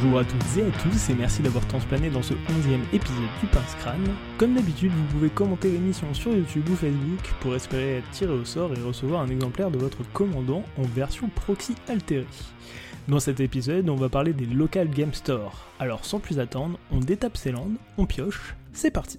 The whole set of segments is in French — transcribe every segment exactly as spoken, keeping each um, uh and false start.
Bonjour à toutes et à tous et merci d'avoir transplané dans ce onzième épisode du Pince Crâne. Comme d'habitude, vous pouvez commenter l'émission sur YouTube ou Facebook pour espérer être tiré au sort et recevoir un exemplaire de votre commandant en version proxy altérée. Dans cet épisode, on va parler des Local Game Store. Alors sans plus attendre, on détape ses landes, on pioche, c'est parti.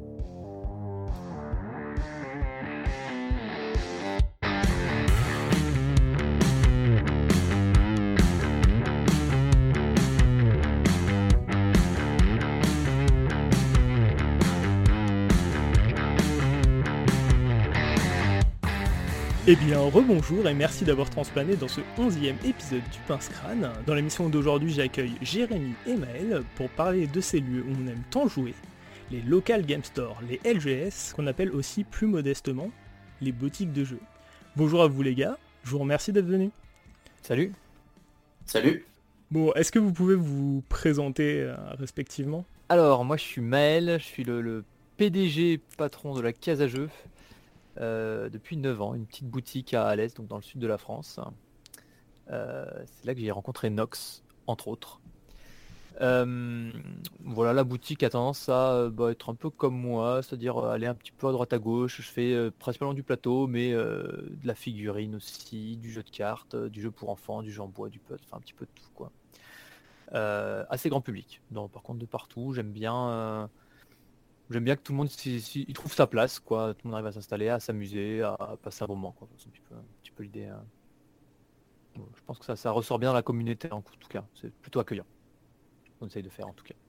Eh bien, rebonjour et merci d'avoir transplané dans ce onzième épisode du Pince Crâne. Dans l'émission d'aujourd'hui, j'accueille Jérémy et Maël pour parler de ces lieux où on aime tant jouer, les Local Game Store, les L G S, qu'on appelle aussi plus modestement les boutiques de jeux. Bonjour à vous les gars, je vous remercie d'être venus. Salut. Salut. Bon, est-ce que vous pouvez vous présenter euh, respectivement ? Alors, moi je suis Maël, je suis le, le P D G patron de la Case à Jeux. Euh, depuis neuf ans, une petite boutique à Alès, donc dans le sud de la France. Euh, c'est là que j'ai rencontré Nox, entre autres. Euh, voilà, la boutique a tendance à bah, être un peu comme moi, c'est-à-dire aller un petit peu à droite à gauche. Je fais euh, principalement du plateau, mais euh, de la figurine aussi, du jeu de cartes, euh, du jeu pour enfants, du jeu en bois, du puzzle, enfin un petit peu de tout, quoi. Euh, assez grand public. Donc, par contre, de partout, j'aime bien... Euh, J'aime bien que tout le monde s'y, s'y, il trouve sa place, quoi. Tout le monde arrive à s'installer, à s'amuser, à passer un bon moment, quoi. C'est un petit peu, un petit peu l'idée. Hein. Bon, je pense que ça, ça ressort bien dans la communauté, en tout cas. C'est plutôt accueillant. On essaye de faire, en tout cas.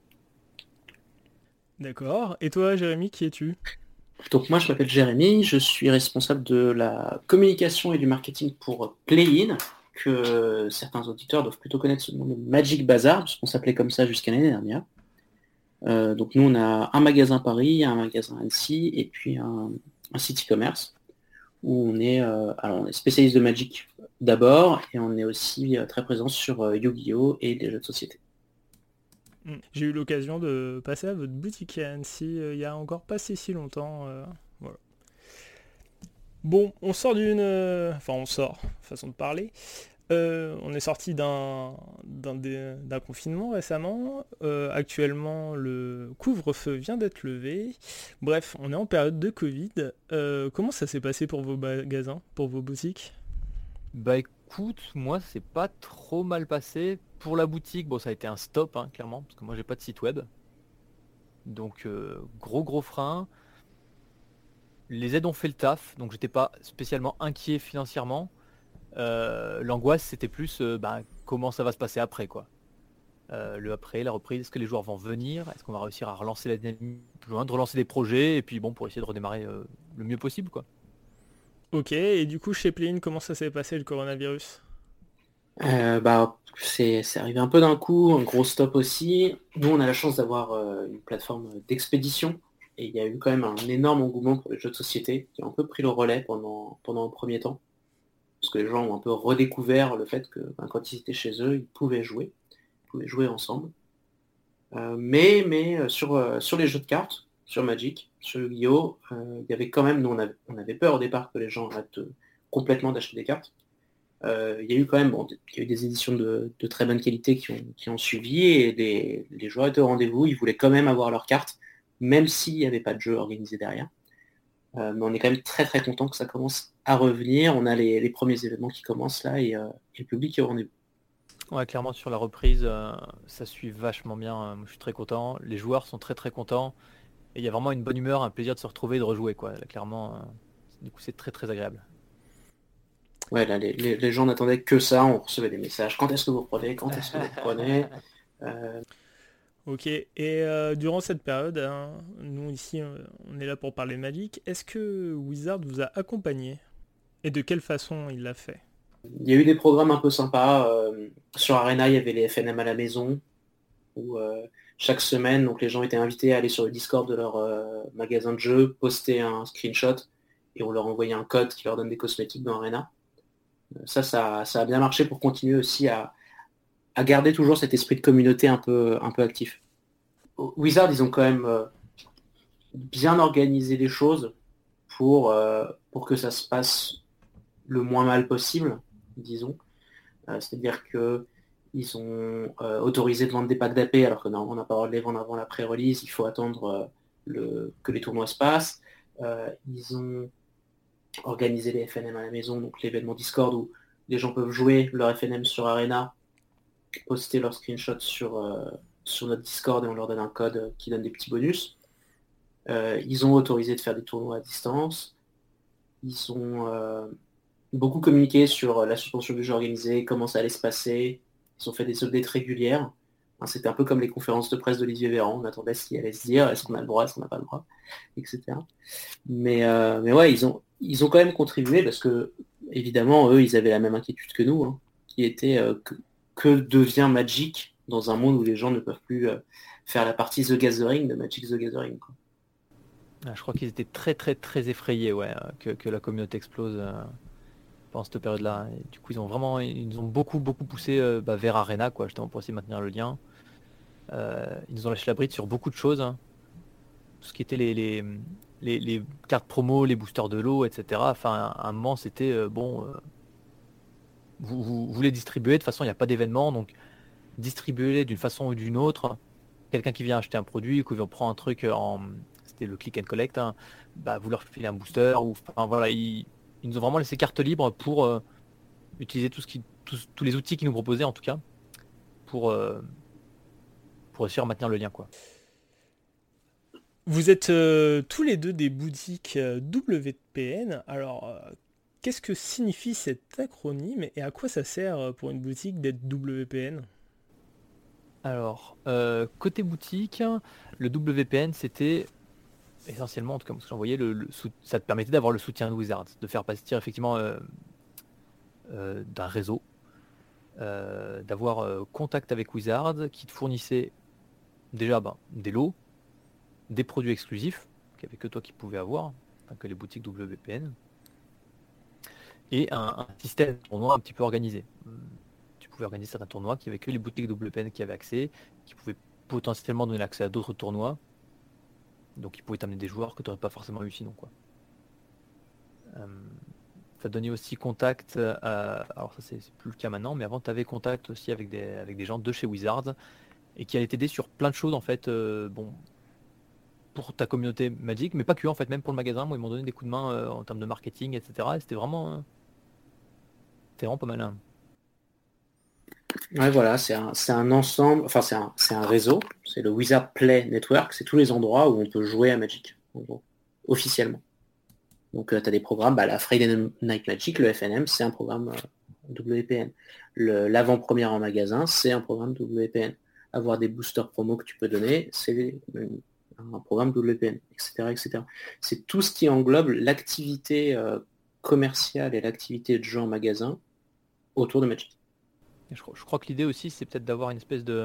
D'accord. Et toi, Jérémy, qui es-tu ? Donc moi, je m'appelle Jérémy, je suis responsable de la communication et du marketing pour Play-In, que certains auditeurs doivent plutôt connaître sous le nom de Magic Bazar, parce qu'on s'appelait comme ça jusqu'à l'année dernière. Euh, donc nous on a un magasin Paris, un magasin Annecy et puis un, un site e-commerce où on est, euh, alors on est spécialiste de Magic d'abord et on est aussi euh, très présent sur euh, Yu-Gi-Oh et les jeux de société. J'ai eu l'occasion de passer à votre boutique à Annecy euh, il y a encore pas si si longtemps. Euh, voilà. Bon, on sort d'une... Euh, enfin on sort, façon de parler. Euh, on est sorti d'un, d'un, d'un confinement récemment. Euh, actuellement, le couvre-feu vient d'être levé. Bref, on est en période de Covid. Euh, comment ça s'est passé pour vos magasins, pour vos boutiques ? Bah écoute, moi c'est pas trop mal passé. Pour la boutique, bon ça a été un stop, hein, clairement, parce que moi j'ai pas de site web. Donc euh, gros gros frein. Les aides ont fait le taf, donc j'étais pas spécialement inquiet financièrement. Euh, l'angoisse c'était plus euh, bah, comment ça va se passer après, quoi. Euh, le après, la reprise, est-ce que les joueurs vont venir, est-ce qu'on va réussir à relancer la dynamique, de relancer des projets et puis bon pour essayer de redémarrer euh, le mieux possible, quoi. Ok, et du coup chez Play-In, comment ça s'est passé le coronavirus ? Euh, bah, c'est, c'est arrivé un peu d'un coup, un gros stop aussi. Nous on a la chance d'avoir euh, une plateforme d'expédition et il y a eu quand même un énorme engouement pour les jeux de société qui ont un peu pris le relais pendant, pendant un premier temps. Parce que les gens ont un peu redécouvert le fait que ben, quand ils étaient chez eux, ils pouvaient jouer, ils pouvaient jouer ensemble. Euh, mais mais euh, sur, euh, sur les jeux de cartes, sur Magic, sur Yu-Gi-Oh, euh, il y avait quand même, nous on avait, on avait peur au départ que les gens arrêtent euh, complètement d'acheter des cartes. Euh, il y a eu quand même, bon, il y a eu des éditions de, de très bonne qualité qui ont, qui ont suivi et les, les joueurs étaient au rendez-vous, ils voulaient quand même avoir leurs cartes, même s'il n'y avait pas de jeu organisé derrière. Euh, mais on est quand même très très content que ça commence à revenir. On a les, les premiers événements qui commencent là et, euh, et le public est au rendez-vous. Ouais, clairement sur la reprise, euh, ça suit vachement bien. Moi, je suis très content. Les joueurs sont très très contents. Et il y a vraiment une bonne humeur, un plaisir de se retrouver et de rejouer, quoi. Là, clairement, euh, du coup, c'est très très agréable. Ouais, là, les, les, les gens n'attendaient que ça. On recevait des messages. Quand est-ce que vous prenez ? Quand est-ce que vous prenez ? euh... Ok, et euh, durant cette période, hein, nous ici, euh, on est là pour parler Magic. Est-ce que Wizard vous a accompagné ? Et de quelle façon il l'a fait ? Il y a eu des programmes un peu sympas. Euh, sur Arena, il y avait les F N M à la maison, où euh, chaque semaine, donc les gens étaient invités à aller sur le Discord de leur euh, magasin de jeux, poster un screenshot, et on leur envoyait un code qui leur donne des cosmétiques dans Arena. Ça, ça, ça a bien marché pour continuer aussi à, à garder toujours cet esprit de communauté un peu, un peu actif. Wizard, ils ont quand même euh, bien organisé les choses pour, euh, pour que ça se passe le moins mal possible, disons. Euh, c'est-à-dire que Ils ont euh, autorisé de vendre des packs d'A P, alors que normalement on n'a pas le droit de les vendre avant la pré-release, il faut attendre euh, le, que les tournois se passent. Euh, ils ont organisé les F N M à la maison, donc l'événement Discord où les gens peuvent jouer leur F N M sur Arena, poster leurs screenshots sur, euh, sur notre Discord et on leur donne un code qui donne des petits bonus. Euh, ils ont autorisé de faire des tournois à distance. Ils ont euh, beaucoup communiqué sur la suspension du jeu organisé, comment ça allait se passer. Ils ont fait des updates régulières. Hein, c'était un peu comme les conférences de presse d'Olivier Véran. On attendait ce qu'il allait se dire, est-ce qu'on a le droit, est-ce qu'on n'a pas le droit, et cetera. Mais, euh, mais ouais, ils ont, ils ont quand même contribué parce que, évidemment, eux, ils avaient la même inquiétude que nous, hein, qui était euh, que, que devient Magic dans un monde où les gens ne peuvent plus euh, faire la partie The Gathering de Magic The Gathering, quoi. Ah, je crois qu'ils étaient très très très effrayés, ouais, que, que la communauté explose euh, pendant cette période-là. Et du coup, ils ont vraiment, ils nous ont beaucoup beaucoup poussé euh, bah, vers Arena, quoi, justement pour essayer de maintenir le lien. Euh, ils nous ont lâché la bride sur beaucoup de choses, hein. Tout ce qui était les, les, les, les cartes promo, les boosters de l'eau, et cetera. Enfin, à un moment, c'était euh, bon. Euh, vous, vous, vous les distribuez, de toute façon, il n'y a pas d'événement, donc distribuez-les d'une façon ou d'une autre. Quelqu'un qui vient acheter un produit, qui vient prendre un truc en, c'était le click and collect, hein, bah vous leur filez un booster ou, enfin voilà, ils, ils nous ont vraiment laissé carte libre pour euh, utiliser tout ce qui, tous, tous les outils qu'ils nous proposaient en tout cas, pour euh, pour réussir à maintenir le lien, quoi. Vous êtes euh, tous les deux des boutiques euh, W P N. Alors, euh, qu'est-ce que signifie cet acronyme et à quoi ça sert euh, pour une boutique d'être W P N? Alors, euh, côté boutique, le W P N, c'était essentiellement, en tout cas, ce que j'envoyais, le, le sou- ça te permettait d'avoir le soutien de Wizards, de faire partir effectivement euh, euh, d'un réseau, euh, d'avoir euh, contact avec Wizards qui te fournissait déjà ben, des lots, des produits exclusifs, qu'il n'y avait que toi qui pouvais avoir, enfin, que les boutiques W P N, et un, un système de tournoi un petit peu organisé. Tu pouvais organiser certains tournois qui n'avaient que les boutiques W P N qui avaient accès, qui pouvaient potentiellement donner l'accès à d'autres tournois, donc ils pouvaient t'amener des joueurs que tu n'aurais pas forcément eu sinon, quoi. Euh, ça donnait aussi contact, euh, alors ça c'est c'est plus le cas maintenant, mais avant tu avais contact aussi avec des, avec des gens de chez Wizards et qui allaient t'aider sur plein de choses en fait, euh, bon, pour ta communauté Magic, mais pas que en fait, même pour le magasin, moi ils m'ont donné des coups de main euh, en termes de marketing, et cetera. Et c'était vraiment, euh, c'était vraiment pas mal, hein. Ouais, voilà, c'est un, c'est un ensemble, enfin c'est un, c'est un réseau, c'est le Wizard Play Network, c'est tous les endroits où on peut jouer à Magic, en gros, officiellement. Donc euh, tu as des programmes, bah, la Friday Night Magic, le F N M, c'est un programme euh, W P N. Le- L'avant-première en magasin, c'est un programme W P N. Avoir des boosters promo que tu peux donner, c'est euh, un programme W P N, et cetera, et cetera. C'est tout ce qui englobe l'activité euh, commerciale et l'activité de jeu en magasin autour de Magic. Et je, crois- je crois que l'idée aussi, c'est peut-être d'avoir une espèce de,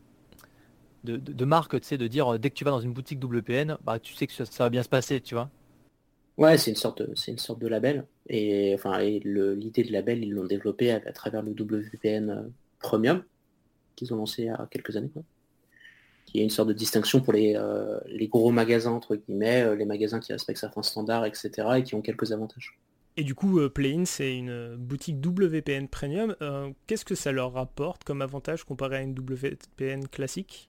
de, de- de marque, tu sais, de dire euh, dès que tu vas dans une boutique W P N, bah tu sais que ça, ça va bien se passer, tu vois. Ouais, c'est une sorte de, c'est une sorte de label. Et enfin, et le- l'idée de label, ils l'ont développé à, à travers le W P N euh, Premium, qu'ils ont lancé il y a quelques années, quoi. Qui est une sorte de distinction pour les, euh, les gros magasins, entre guillemets, euh, les magasins qui respectent certains standards, et cetera, et qui ont quelques avantages. Et du coup, euh, Play-in, c'est une euh, boutique W P N Premium. Euh, qu'est-ce que ça leur rapporte comme avantage comparé à une W P N classique?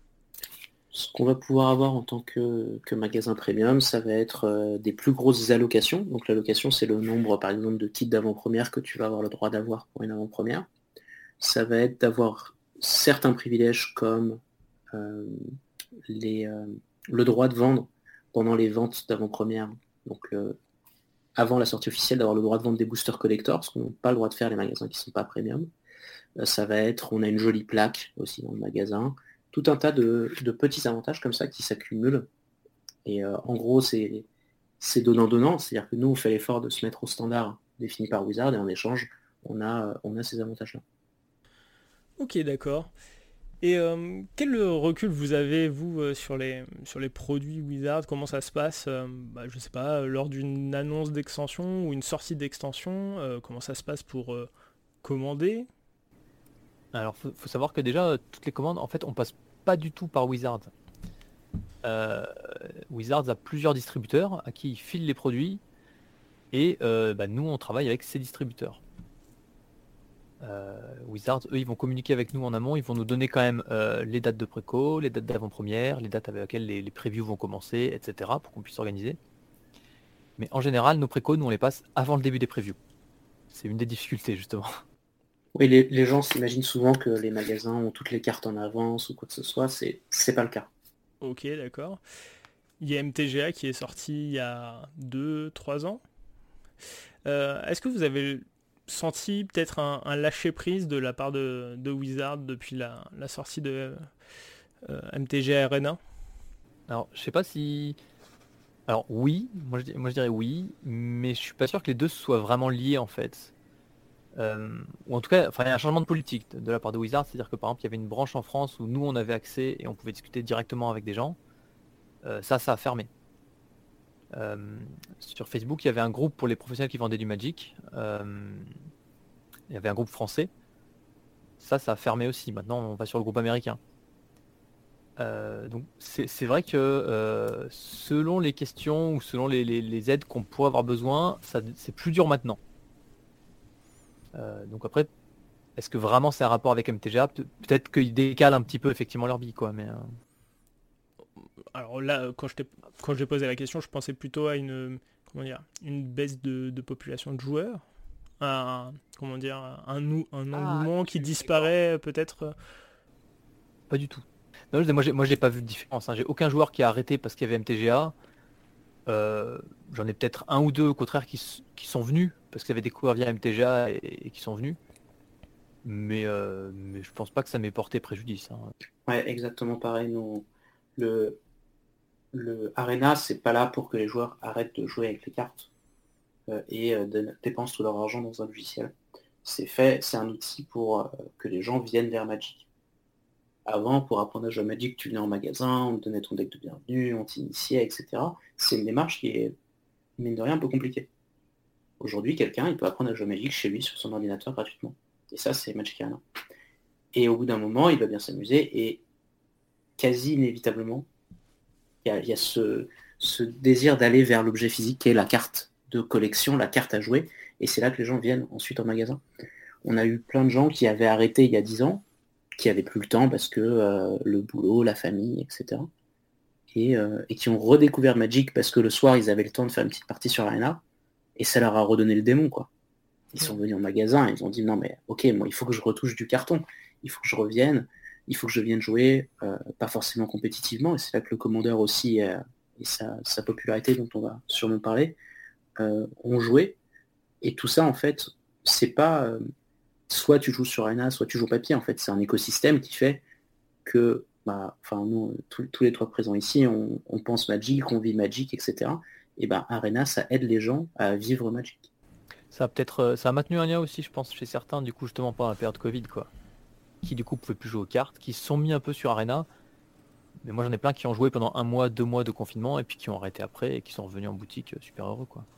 Ce qu'on va pouvoir avoir en tant que, que magasin premium, ça va être euh, des plus grosses allocations. Donc l'allocation, c'est le nombre, par exemple, de titres d'avant-première que tu vas avoir le droit d'avoir pour une avant-première. Ça va être d'avoir certains privilèges comme euh, les, euh, le droit de vendre pendant les ventes d'avant-première. Donc le- avant la sortie officielle, d'avoir le droit de vendre des boosters collectors, ce qu'on n'a pas le droit de faire les magasins qui ne sont pas premium. Euh, ça va être, on a une jolie plaque aussi dans le magasin. Tout un tas de, de petits avantages comme ça qui s'accumulent. Et euh, en gros, c'est c'est donnant-donnant. C'est-à-dire que nous, on fait l'effort de se mettre au standard défini par Wizard et en échange, on a, on a ces avantages-là. Ok, d'accord. Et euh, quel recul vous avez, vous, euh, sur les, sur les produits Wizard? Comment ça se passe, euh, bah, je sais pas, euh, lors d'une annonce d'extension ou une sortie d'extension? Euh, comment ça se passe pour euh, commander? Alors faut, faut savoir que déjà, euh, toutes les commandes, en fait, on passe pas du tout par Wizards. Euh, Wizards a plusieurs distributeurs à qui ils filent les produits et euh, bah, nous, on travaille avec ces distributeurs. Euh, Wizards, eux, ils vont communiquer avec nous en amont, ils vont nous donner quand même euh, les dates de préco, les dates d'avant-première, les dates avec lesquelles les, les previews vont commencer, et cetera pour qu'on puisse s'organiser. Mais en général, nos précos, nous, on les passe avant le début des previews. C'est une des difficultés, justement. Oui, les, les gens s'imaginent souvent que les magasins ont toutes les cartes en avance ou quoi que ce soit. C'est, c'est pas le cas. Ok, d'accord. Il y a M T G A qui est sorti il y a deux trois ans. Euh, est-ce que vous avez senti peut-être un, un lâcher-prise de la part de, de Wizard depuis la, la sortie de euh, M T G A Arena? Alors, je sais pas si... Alors oui, moi je, dis- moi je dirais oui, mais je suis pas sûr que les deux soient vraiment liés en fait. Euh, ou en tout cas, enfin, il y a un changement de politique de, de la part de Wizard, c'est-à-dire que par exemple, il y avait une branche en France où nous on avait accès et on pouvait discuter directement avec des gens. Euh, ça, ça a fermé. Euh, sur Facebook, il y avait un groupe pour les professionnels qui vendaient du Magic. Euh, il y avait un groupe français. Ça, ça a fermé aussi. Maintenant, on va sur le groupe américain. Euh, donc c'est c'est vrai que euh, selon les questions ou selon les, les- les aides qu'on pourrait avoir besoin, ça, c'est plus dur maintenant. Euh, donc après, est-ce que vraiment c'est un rapport avec M T G A? Pe- Peut-être qu'ils décalent un petit peu effectivement leur bille, quoi. Mais euh, Alors là, quand je t'ai quand j'ai posé la question, je pensais plutôt à une comment dire une baisse de, de population de joueurs, un comment dire un, nou- un Ah, engouement qui disparaît peut-être. pas du tout. Non, je- moi, j'ai, moi, j'ai pas vu de différence, hein. J'ai aucun joueur qui a arrêté parce qu'il y avait M T G A. Euh, j'en ai peut-être un ou deux au contraire qui, s- qui sont venus parce qu'ils avaient découvert via M T G A et, et qui sont venus. Mais, euh, mais je pense pas que ça m'ait porté préjudice, hein. Ouais, exactement pareil. Nous, le, le Arena, c'est pas là pour que les joueurs arrêtent de jouer avec les cartes euh, et euh, de- dépensent tout leur argent dans un logiciel. C'est fait, c'est un outil pour euh, que les gens viennent vers Magic. Avant, pour apprendre à jouer à Magic, tu venais en magasin, on te donnait ton deck de bienvenue, on t'initiait, et cetera. C'est une démarche qui est, mine de rien, un peu compliquée. Aujourd'hui, quelqu'un, il peut apprendre à jouer à Magic chez lui sur son ordinateur gratuitement. Et ça, c'est Magic Arena. Et au bout d'un moment, il va bien s'amuser et quasi inévitablement, il y a, il y a ce, ce désir d'aller vers l'objet physique qui est la carte de collection, la carte à jouer. Et c'est là que les gens viennent ensuite en magasin. On a eu plein de gens qui avaient arrêté il y a dix ans, qui n'avaient plus le temps parce que euh, le boulot, la famille, et cetera. Et, euh, et qui ont redécouvert Magic parce que le soir, ils avaient le temps de faire une petite partie sur Arena. Et ça leur a redonné le démon, quoi. Ils sont venus en magasin et ils ont dit non mais ok, moi il faut que je retouche du carton, il faut que je revienne, il faut que je vienne jouer, euh, pas forcément compétitivement, et c'est là que le commandeur aussi euh, et sa, sa popularité dont on va sûrement parler, euh, ont joué. Et tout ça en fait, c'est pas euh, soit tu joues sur Arena, soit tu joues papier, en fait, c'est un écosystème qui fait que bah, enfin nous, tous tous les trois présents ici, on, on pense Magic, on vit Magic, et cetera. Et ben Arena, ça aide les gens à vivre Magic. Ça a peut-être, euh, ça a maintenu un lien aussi, je pense, chez certains, du coup, justement, pendant la période Covid, quoi. Qui, du coup, pouvaient plus jouer aux cartes, qui se sont mis un peu sur Arena. Mais moi, j'en ai plein qui ont joué pendant un mois, deux mois de confinement, et puis qui ont arrêté après, et qui sont revenus en boutique euh, super heureux, quoi.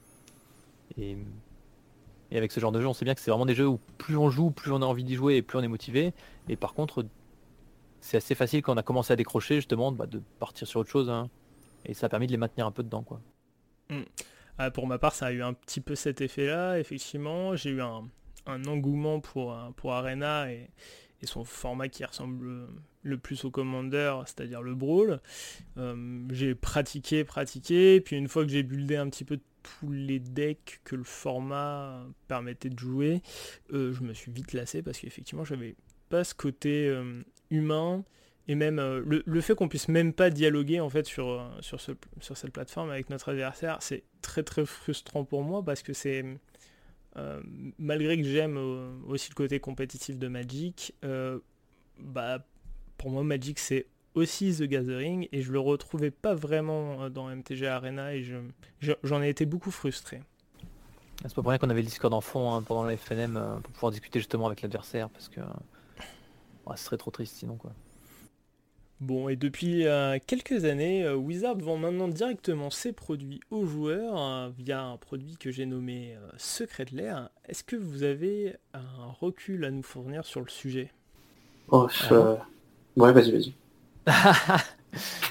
Et, et avec ce genre de jeu, on sait bien que c'est vraiment des jeux où plus on joue, plus on a envie d'y jouer, et plus on est motivé. Et par contre, c'est assez facile quand on a commencé à décrocher, justement, bah, de partir sur autre chose, hein. Et ça a permis de les maintenir un peu dedans, quoi. Mm. Ah, pour ma part, ça a eu un petit peu cet effet-là, effectivement. J'ai eu un, un engouement pour, euh, pour Arena et, et son format qui ressemble le plus au Commander, c'est-à-dire le Brawl. Euh, j'ai pratiqué, pratiqué, puis une fois que j'ai buildé un petit peu tous les decks que le format permettait de jouer, euh, je me suis vite lassé parce qu'effectivement, j'avais pas ce côté euh, humain. Et même euh, le, le fait qu'on puisse même pas dialoguer en fait sur, euh, sur, ce, sur cette plateforme avec notre adversaire, c'est très très frustrant pour moi parce que c'est euh, malgré que j'aime euh, aussi le côté compétitif de Magic, euh, bah pour moi Magic c'est aussi The Gathering et je le retrouvais pas vraiment euh, dans M T G Arena et je, je- j'en ai été beaucoup frustré. C'est pas pour rien qu'on avait le Discord en fond, hein, pendant la F N M, euh, pour pouvoir discuter justement avec l'adversaire, parce que ouais, ce serait trop triste sinon, quoi. Bon, et depuis euh, quelques années, euh, Wizard vend maintenant directement ses produits aux joueurs euh, via un produit que j'ai nommé euh, Secret Lair. Est-ce que vous avez un recul à nous fournir sur le sujet? Oh, Alors moi, euh, ouais, vas-y, vas-y.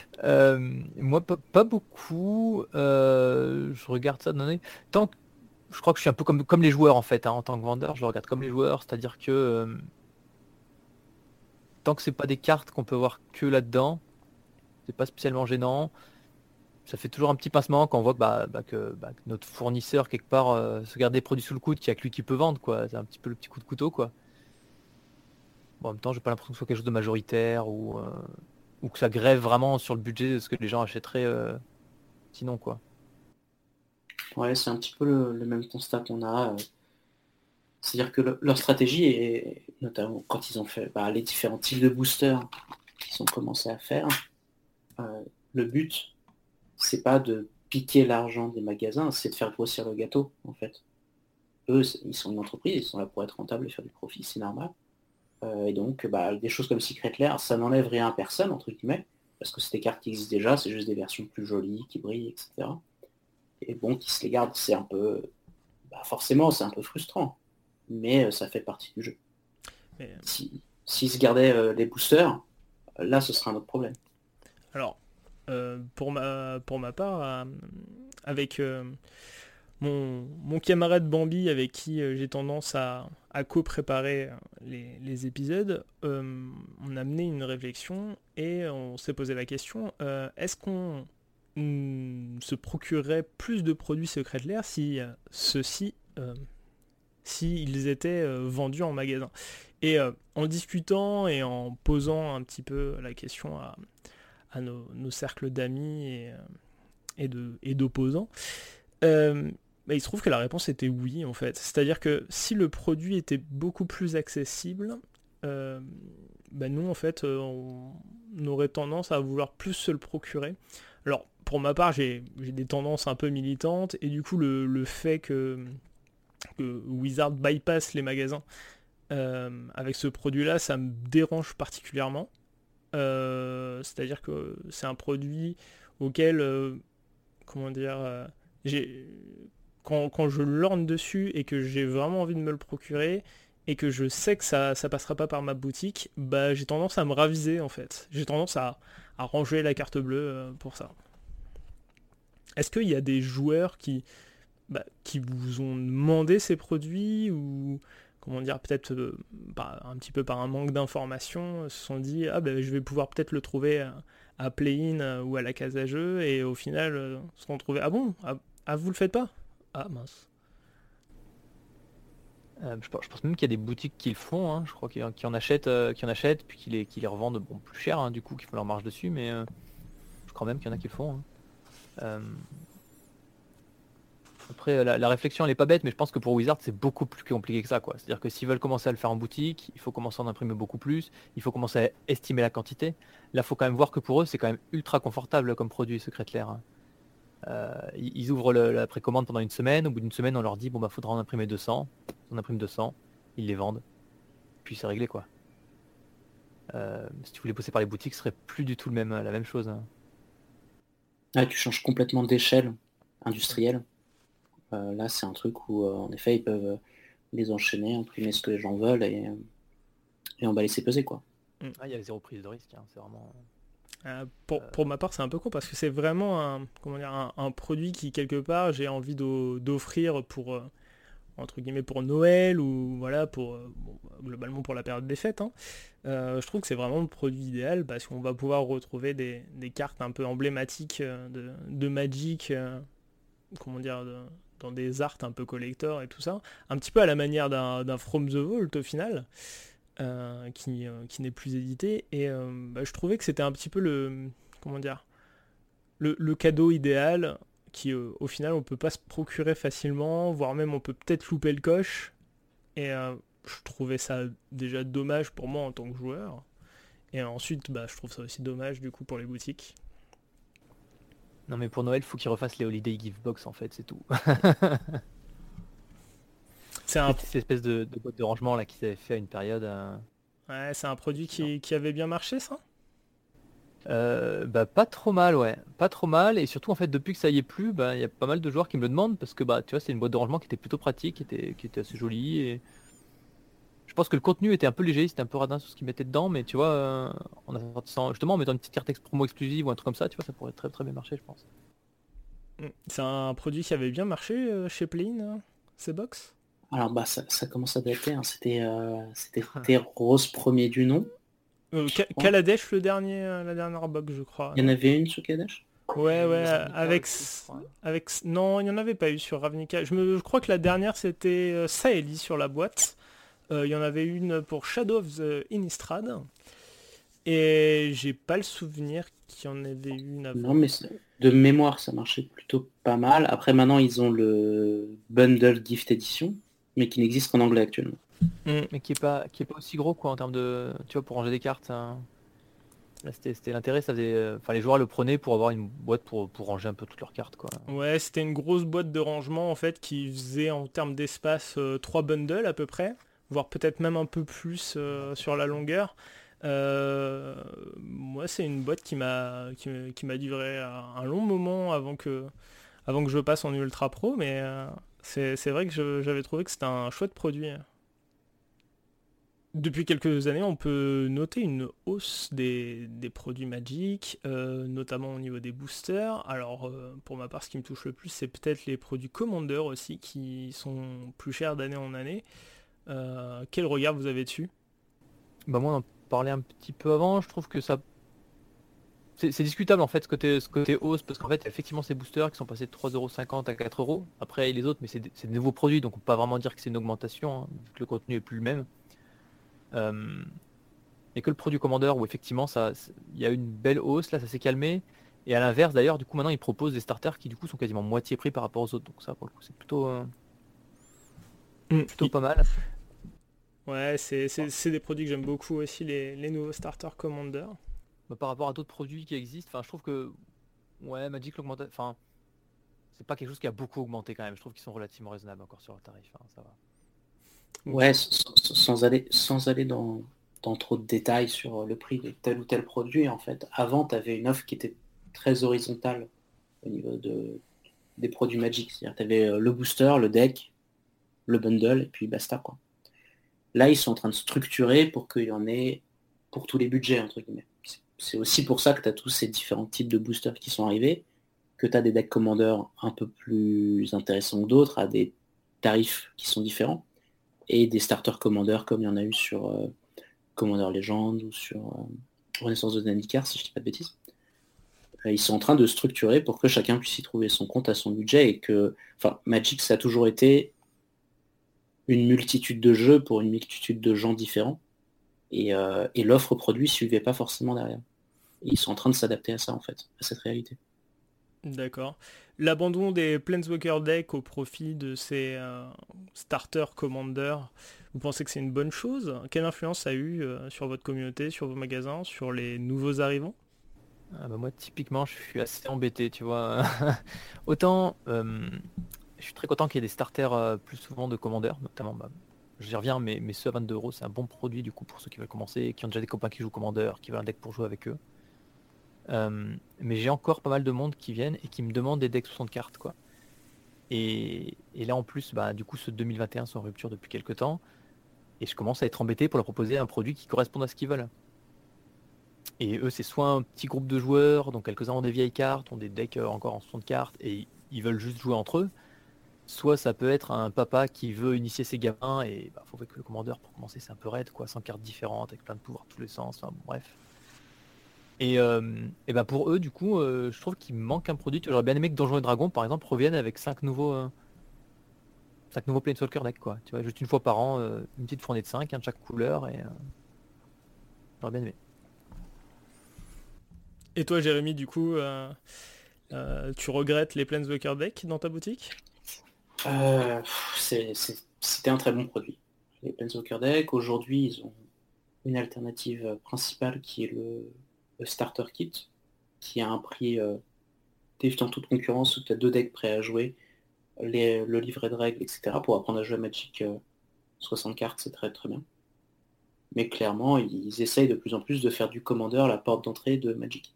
Euh, moi pas, pas beaucoup. Euh, je regarde ça donné. Tant que- je crois que je suis un peu comme, comme les joueurs en fait, hein, en tant que vendeur, je le regarde comme les joueurs, c'est-à-dire que euh, tant que c'est pas des cartes qu'on peut voir que là-dedans, c'est pas spécialement gênant. Ça fait toujours un petit pincement quand on voit que, bah, bah, que, bah, que notre fournisseur quelque part euh, se garde des produits sous le coude, qu'il n'y a que lui qui peut vendre, quoi. C'est un petit peu le petit coup de couteau, quoi. Bon, en même temps, j'ai pas l'impression que ce soit quelque chose de majoritaire ou, euh, ou que ça grève vraiment sur le budget de ce que les gens achèteraient euh, sinon, quoi. Ouais, c'est un petit peu le, le même constat qu'on a. euh. C'est-à-dire que le- leur stratégie, est, notamment quand ils ont fait bah, les différents types de boosters qu'ils ont commencé à faire, euh, le but, c'est pas de piquer l'argent des magasins, c'est de faire grossir le gâteau, en fait. Eux, c'est- ils sont une entreprise, ils sont là pour être rentables et faire du profit, c'est normal. Euh, et donc, bah, des choses comme Secret Lair, ça n'enlève rien à personne, entre guillemets, parce que c'est des cartes qui existent déjà, c'est juste des versions plus jolies, qui brillent, et cetera. Et bon, qui se les gardent, c'est un peu... Bah, forcément, c'est un peu frustrant, mais euh, ça fait partie du jeu. Mais, Si, s'ils se gardaient euh, les boosters, euh, là, ce serait un autre problème. alors, euh, pour, ma, pour ma part, euh, avec euh, mon, mon camarade Bambi, avec qui euh, j'ai tendance à, à co-préparer euh, les, les épisodes, euh, on a mené une réflexion et on s'est posé la question, euh, est-ce qu'on mm, se procurerait plus de produits Secret Lair si euh, ceux-ci, euh, si ils étaient euh, vendus en magasin? Et euh, en discutant et en posant un petit peu la question à, à nos, nos cercles d'amis et, euh, et, de, et d'opposants, euh, bah, il se trouve que la réponse était oui en fait. C'est-à-dire que si le produit était beaucoup plus accessible, euh, bah, nous en fait euh, on aurait tendance à vouloir plus se le procurer. Alors pour ma part j'ai, j'ai des tendances un peu militantes et du coup le, le fait que, que Wizard bypass les magasins euh, avec ce produit-là, ça me dérange particulièrement. Euh, c'est-à-dire que c'est un produit auquel, euh, comment dire, euh, j'ai, quand, quand je lorne dessus et que j'ai vraiment envie de me le procurer et que je sais que ça, ça passera pas par ma boutique, bah j'ai tendance à me raviser en fait. J'ai tendance à, à ranger la carte bleue euh, pour ça. Est-ce qu'il y a des joueurs qui, bah, qui vous ont demandé ces produits ou comment dire, peut-être euh, par- un petit peu par un manque d'informations, se sont dit ah ben je vais pouvoir peut-être le trouver à, à Play-in euh, ou à la case à jeu et au final euh, se sont trouvés ah bon ah, ah, vous le faites pas ah mince. Euh, je, pense, je pense même qu'il y a des boutiques qui le font, hein. Je crois qu'ils qui en achètent, euh, qui en achètent, puis qui les, qui les revendent bon, plus cher, hein, du coup, qui font leur marge dessus, mais euh, je crois même qu'il y en a qui le font, hein. Euh, Après, la, la réflexion, elle est pas bête, mais je pense que pour Wizard, c'est beaucoup plus compliqué que ça, quoi. C'est-à-dire que s'ils veulent commencer à le faire en boutique, il faut commencer à en imprimer beaucoup plus, il faut commencer à estimer la quantité. Là, il faut quand même voir que pour eux, c'est quand même ultra confortable comme produit Secret Lair, hein. Euh, ils ils ouvrent le- la précommande pendant une semaine, au bout d'une semaine, on leur dit, bon, bah, faudra en imprimer deux cents. On imprime deux cents, ils les vendent, puis c'est réglé, quoi. Euh, si tu voulais bosser par les boutiques, ce serait plus du tout le même, la même chose, hein. Là, tu changes complètement d'échelle industrielle. Euh, là, c'est un truc où, euh, en effet, ils peuvent euh, les enchaîner, imprimer ce que les gens veulent et, euh, et on va laisser peser, quoi. Ah, il y a zéro prise de risque, hein. C'est vraiment... Euh, pour, pour ma part c'est un peu con parce que c'est vraiment un, comment dire, un, un produit qui quelque part j'ai envie d'o- d'offrir pour euh, entre guillemets pour Noël ou voilà pour euh, bon, globalement pour la période des fêtes, hein. Euh, je trouve que c'est vraiment le produit idéal parce qu'on va pouvoir retrouver des, des cartes un peu emblématiques euh, de, de Magic, euh, comment dire, de- dans des arts un peu collector et tout ça, un petit peu à la manière d'un, d'un From the Vault au final, euh, qui, euh, qui n'est plus édité. Et euh, bah, je trouvais que c'était un petit peu le, comment dire, le, le cadeau idéal qui euh, au final on peut pas se procurer facilement, voire même on peut peut-être louper le coche. Et euh, je trouvais ça déjà dommage pour moi en tant que joueur. Et ensuite, bah, je trouve ça aussi dommage du coup pour les boutiques. Non, mais pour Noël, faut qu'ils refassent les Holiday Gift Box, en fait, c'est tout. C'est un, Cette espèce de, de boîte de rangement là qu'ils avaient fait à une période. euh, ouais, c'est un produit hallucinant. qui, qui avait bien marché ça. Euh, bah pas trop mal, ouais, pas trop mal, et surtout en fait depuis que ça y est plus, bah il y a pas mal de joueurs qui me le demandent parce que bah tu vois c'est une boîte de rangement qui était plutôt pratique, qui était, qui était assez jolie, et je pense que le contenu était un peu léger, c'était un peu radin sur ce qu'ils mettaient dedans, mais tu vois euh, en assortissant- justement en mettant une petite carte ex- promo exclusive ou un truc comme ça, tu vois ça pourrait très très bien marcher je pense. Mm. C'est un produit qui avait bien marché euh, chez Play-in, hein. ces box? Alors bah ça, ça commence à dater, hein. C'était euh, c'était Rose premier du nom. euh, Ka- Kaladesh, le dernier, euh, la dernière box, je crois. Il y en non avait une sur Kaladesh? Ouais, ouais, Ravnica avec, aussi, je crois. avec... Non, il n'y en avait pas eu sur Ravnica. Je, me... je crois que la dernière, c'était euh, Saeli sur la boîte. Euh, Il y en avait une pour Shadow of the Innistrad. Et j'ai pas le souvenir qu'il y en avait une avant. Non, mais c'est- de mémoire, ça marchait plutôt pas mal. Après, maintenant, ils ont le Bundle Gift Edition, mais qui n'existe qu'en anglais actuellement. Mm. Mais qui est pas qui est pas aussi gros quoi en termes de tu vois pour ranger des cartes. Hein. Là c'était c'était l'intérêt, ça faisait euh, enfin les joueurs le prenaient pour avoir une boîte pour, pour ranger un peu toutes leurs cartes quoi. Ouais, c'était une grosse boîte de rangement en fait qui faisait en termes d'espace euh, trois bundles à peu près, voire peut-être même un peu plus euh, sur la longueur. Euh, moi, c'est une boîte qui m'a qui, m'a- qui m'a duré un un long moment avant que avant que je passe en Ultra Pro, mais euh, c'est c'est vrai que je- j'avais trouvé que c'était un chouette produit. Depuis quelques années, on peut noter une hausse des, des produits Magic, euh, notamment au niveau des boosters. Alors, euh, pour ma part, ce qui me touche le plus, c'est peut-être les produits Commander aussi, qui sont plus chers d'année en année. Euh, quel regard vous avez dessus? Bah moi on en parlait un petit peu avant, je trouve que ça c'est c'est discutable en fait ce côté ce côté hausse parce qu'en fait il y a effectivement ces boosters qui sont passés de trois euros cinquante à quatre euros. Après les autres mais c'est des, c'est des nouveaux produits donc on peut pas vraiment dire que c'est une augmentation hein, vu que le contenu est plus le même. Euh, et que le produit Commander où effectivement ça c'est- il y a une belle hausse là ça s'est calmé et à l'inverse d'ailleurs du coup maintenant ils proposent des starters qui du coup sont quasiment moitié prix par rapport aux autres donc ça pour le coup c'est plutôt euh, Mm. plutôt pas mal. Ouais, c'est c'est- c'est des produits que j'aime beaucoup aussi, les, les nouveaux Starter Commander. Bah, par rapport à d'autres produits qui existent enfin je trouve que ouais Magic l'augmentation enfin c'est pas quelque chose qui a beaucoup augmenté quand même je trouve qu'ils sont relativement raisonnables encore sur leur tarif hein, ça va. Ouais, sans, sans- sans aller, sans aller dans, dans trop de détails sur le prix de tel ou tel produit, en fait. Avant, tu avais une offre qui était très horizontale au niveau de, des produits Magic. C'est-à-dire tu avais le booster, le deck, le bundle, et puis basta, quoi. Là, ils sont en train de structurer pour qu'il y en ait pour tous les budgets, entre guillemets. C'est c'est aussi pour ça que tu as tous ces différents types de boosters qui sont arrivés, que tu as des decks Commander un peu plus intéressants que d'autres, à des tarifs qui sont différents, et des starter Commander comme il y en a eu sur euh, Commander Legend ou sur euh, Renaissance de Zendikar, si je dis pas de bêtises. Euh, Ils sont en train de structurer pour que chacun puisse y trouver son compte à son budget et que, enfin, Magic, ça a toujours été une multitude de jeux pour une multitude de gens différents. Et, euh, et l'offre produit ne suivait pas forcément derrière. Et ils sont en train de s'adapter à ça, en fait, à cette réalité. D'accord. L'abandon des Planeswalker Deck au profit de ces euh, Starter Commander, vous pensez que c'est une bonne chose? Quelle influence ça a eu euh, sur votre communauté, sur vos magasins, sur les nouveaux arrivants? Ah bah moi typiquement je suis assez embêté tu vois. Autant euh, je suis très content qu'il y ait des starters euh, plus souvent de commandeurs, notamment bah, j'y reviens mais, mais ceux à vingt-deux euros c'est un bon produit du coup pour ceux qui veulent commencer, qui ont déjà des copains qui jouent commandeur, qui veulent un deck pour jouer avec eux. Euh, mais j'ai encore pas mal de monde qui viennent et qui me demandent des decks soixante cartes quoi. Et, et là en plus bah du coup ceux de deux mille vingt et un sont en rupture depuis quelques temps et je commence à être embêté pour leur proposer un produit qui corresponde à ce qu'ils veulent. Et eux, c'est soit un petit groupe de joueurs, donc quelques-uns ont des vieilles cartes, ont des decks euh, encore en soixante cartes, et ils veulent juste jouer entre eux. Soit ça peut être un papa qui veut initier ses gamins, et bah, faut que le commandeur, pour commencer, c'est un peu raide, quoi, cent cartes différentes, avec plein de pouvoirs dans tous les sens, enfin, bon, bref. Et, euh, et bah pour eux, du coup, euh, je trouve qu'il manque un produit. J'aurais bien aimé que Donjons et Dragons, par exemple, reviennent avec cinq nouveaux, euh, cinq nouveaux Planeswalker decks, quoi. Tu vois, juste une fois par an, euh, une petite fournée de cinq, un de chaque couleur, et euh, j'aurais bien aimé. Et toi, Jérémy, du coup, euh, euh, tu regrettes les Planeswalker Deck dans ta boutique? Euh, pff, c'est- c'est- C'était un très bon produit. Les Planeswalker Deck, aujourd'hui, ils ont une alternative principale qui est le, le Starter Kit, qui a un prix euh, d'évitant toute concurrence, où tu as deux decks prêts à jouer, les- le livret de règles, et cetera. Pour apprendre à jouer à Magic euh, soixante cartes, c'est très très bien. Mais clairement, ils essayent de plus en plus de faire du Commander la porte d'entrée de Magic.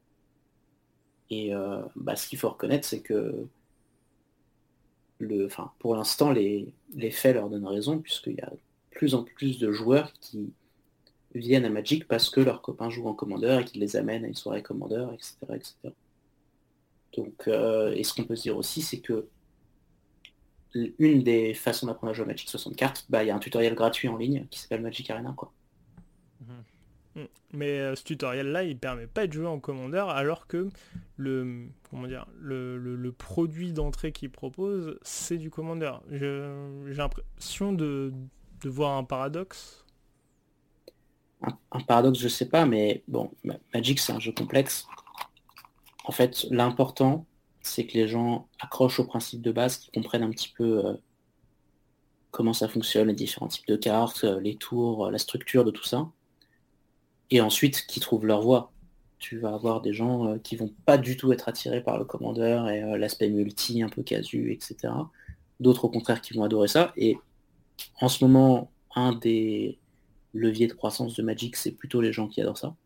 Et euh, bah, ce qu'il faut reconnaître, c'est que le, enfin, pour l'instant, les, les faits leur donnent raison, puisqu'il y a de plus en plus de joueurs qui viennent à Magic parce que leurs copains jouent en Commander et qu'ils les amènent à une soirée Commander, et cetera, et cetera. Donc, euh, et ce qu'on peut se dire aussi, c'est que une des façons d'apprendre à jouer à Magic soixante cartes, bah il y a un tutoriel gratuit en ligne qui s'appelle Magic Arena, quoi. Mm. Mais euh, ce tutoriel-là, il permet pas de jouer en commandeur, alors que le, comment dire, le, le, le produit d'entrée qu'il propose, c'est du commandeur. Je- J'ai l'impression de, de voir un paradoxe. Un, un paradoxe, je sais pas, mais bon, Ma- Magic c'est un jeu complexe. En fait, l'important, c'est que les gens accrochent au principe de base, qu'ils comprennent un petit peu euh, comment ça fonctionne, les différents types de cartes, euh, les tours, euh, la structure de tout ça. Et ensuite, qu'ils trouvent leur voie. Tu vas avoir des gens euh, qui vont pas du tout être attirés par le commandeur et euh, l'aspect multi, un peu casu, et cetera. D'autres, au contraire, qui vont adorer ça. Et en ce moment, un des leviers de croissance de Magic, c'est plutôt les gens qui adorent ça.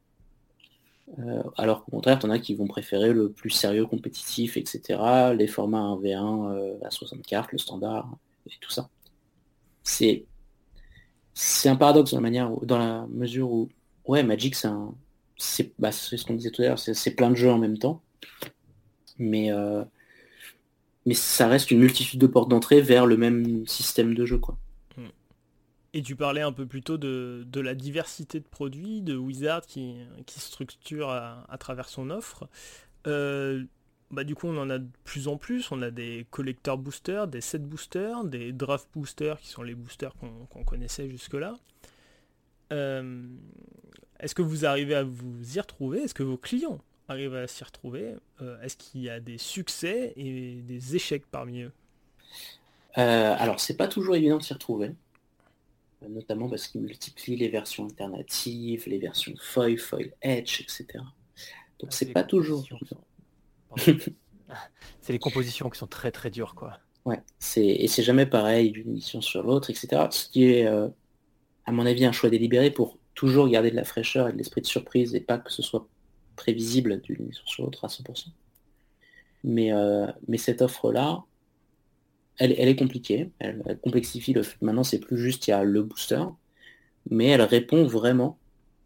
Euh, alors qu'au contraire, t'en as qui vont préférer le plus sérieux, compétitif, et cetera. Les formats un v un euh, à soixante cartes, le standard, et tout ça. C'est c'est un paradoxe dans la manière où- dans la mesure où ouais, Magic c'est un c'est bah, c'est ce qu'on disait tout à l'heure, c'est c'est plein de jeux en même temps, mais euh, mais ça reste une multitude de portes d'entrée vers le même système de jeu, quoi. Mm. Et tu parlais un peu plus tôt de, de la diversité de produits, de Wizard qui, qui structure à, à travers son offre. Euh, Bah du coup on en a de plus en plus, on a des collector boosters, des set boosters, des draft boosters qui sont les boosters qu'on qu'on connaissait jusque-là. Euh, Est-ce que vous arrivez à vous y retrouver? Est-ce que vos clients arrivent à s'y retrouver? Euh, Est-ce qu'il y a des succès et des échecs parmi eux? Euh, alors c'est pas toujours évident de s'y retrouver, euh, notamment parce qu'ils multiplient les versions alternatives, les versions foil, foil edge, et cetera. Donc Ah, c'est c'est les pas toujours compositions qui évident. sont... Pardon. C'est les compositions qui sont très très dures, quoi. Ouais, c'est et c'est jamais pareil d'une édition sur l'autre, et cetera. Ce qui est euh, à mon avis, un choix délibéré pour toujours garder de la fraîcheur et de l'esprit de surprise et pas que ce soit prévisible d'une émission sur l'autre à cent pour cent. Mais, euh, mais cette offre-là, elle, elle est compliquée, elle, elle complexifie le fait. Maintenant, c'est plus juste, il y a le booster, mais elle répond vraiment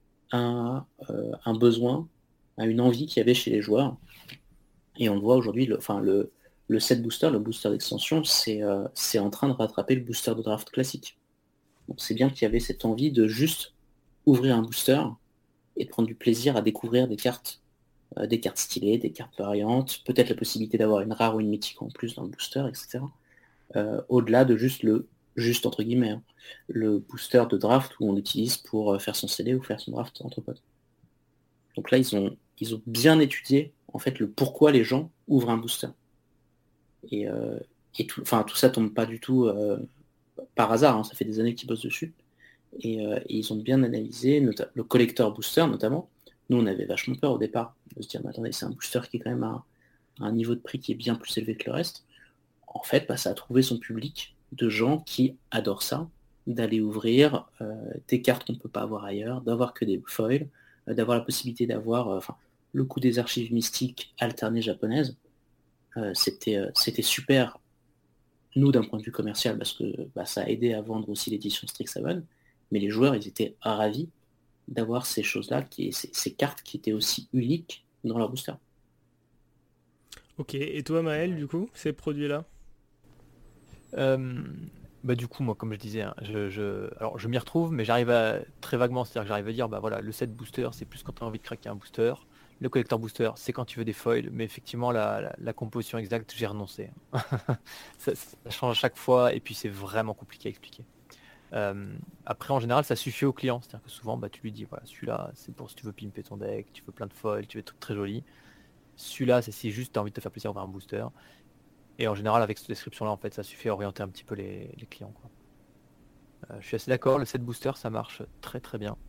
à euh, un besoin, à une envie qu'il y avait chez les joueurs. Et on le voit aujourd'hui, le, enfin, le, le set booster, le booster d'extension, c'est euh, c'est en train de rattraper le booster de draft classique. Donc c'est bien qu'il y avait cette envie de juste ouvrir un booster et de prendre du plaisir à découvrir des cartes, euh, des cartes stylées, des cartes variantes, peut-être la possibilité d'avoir une rare ou une mythique en plus dans le booster, et cetera. Euh, au-delà de juste le, juste entre guillemets, hein, le booster de draft où on l'utilise pour euh, faire son C D ou faire son draft entre potes. Donc là, ils ont, ils ont bien étudié en fait le pourquoi les gens ouvrent un booster. Et, euh, et tout, enfin, tout ça tombe pas du tout euh, par hasard, hein, ça fait des années qu'ils bossent dessus. Et, euh, et ils ont bien analysé le collector booster notamment. Nous, on avait vachement peur au départ de se dire, mais attendez, c'est un booster qui est quand même à, à un niveau de prix qui est bien plus élevé que le reste. En fait, bah, ça a trouvé son public de gens qui adorent ça, d'aller ouvrir euh, des cartes qu'on ne peut pas avoir ailleurs, d'avoir que des foils, euh, d'avoir la possibilité d'avoir euh, le coup des archives mystiques alternées japonaises. Euh, c'était, euh, c'était super, nous, d'un point de vue commercial, parce que bah, ça a aidé à vendre aussi l'édition Strixhaven, mais les joueurs, ils étaient ravis d'avoir ces choses-là, qui, ces, ces cartes qui étaient aussi uniques dans leur booster. Ok, et toi Maël, du coup, ces produits-là? Euh, Bah du coup moi comme je disais, hein, je, je... alors je m'y retrouve mais j'arrive à très vaguement, c'est-à-dire que j'arrive à dire bah voilà le set booster c'est plus quand tu as envie de craquer un booster, le collector booster c'est quand tu veux des foils, mais effectivement la, la, la composition exacte j'ai renoncé. ça, ça change à chaque fois et puis c'est vraiment compliqué à expliquer. Euh, après en général ça suffit au client, c'est-à-dire que souvent bah, tu lui dis voilà celui-là c'est pour si tu veux pimper ton deck, tu veux plein de foils, tu veux des trucs très jolis. Celui-là c'est si juste tu as envie de te faire plaisir vers un booster. Et en général, avec cette description-là, en fait, ça suffit à orienter un petit peu les, les clients, quoi. Euh, je suis assez d'accord, le set booster, ça marche très très bien.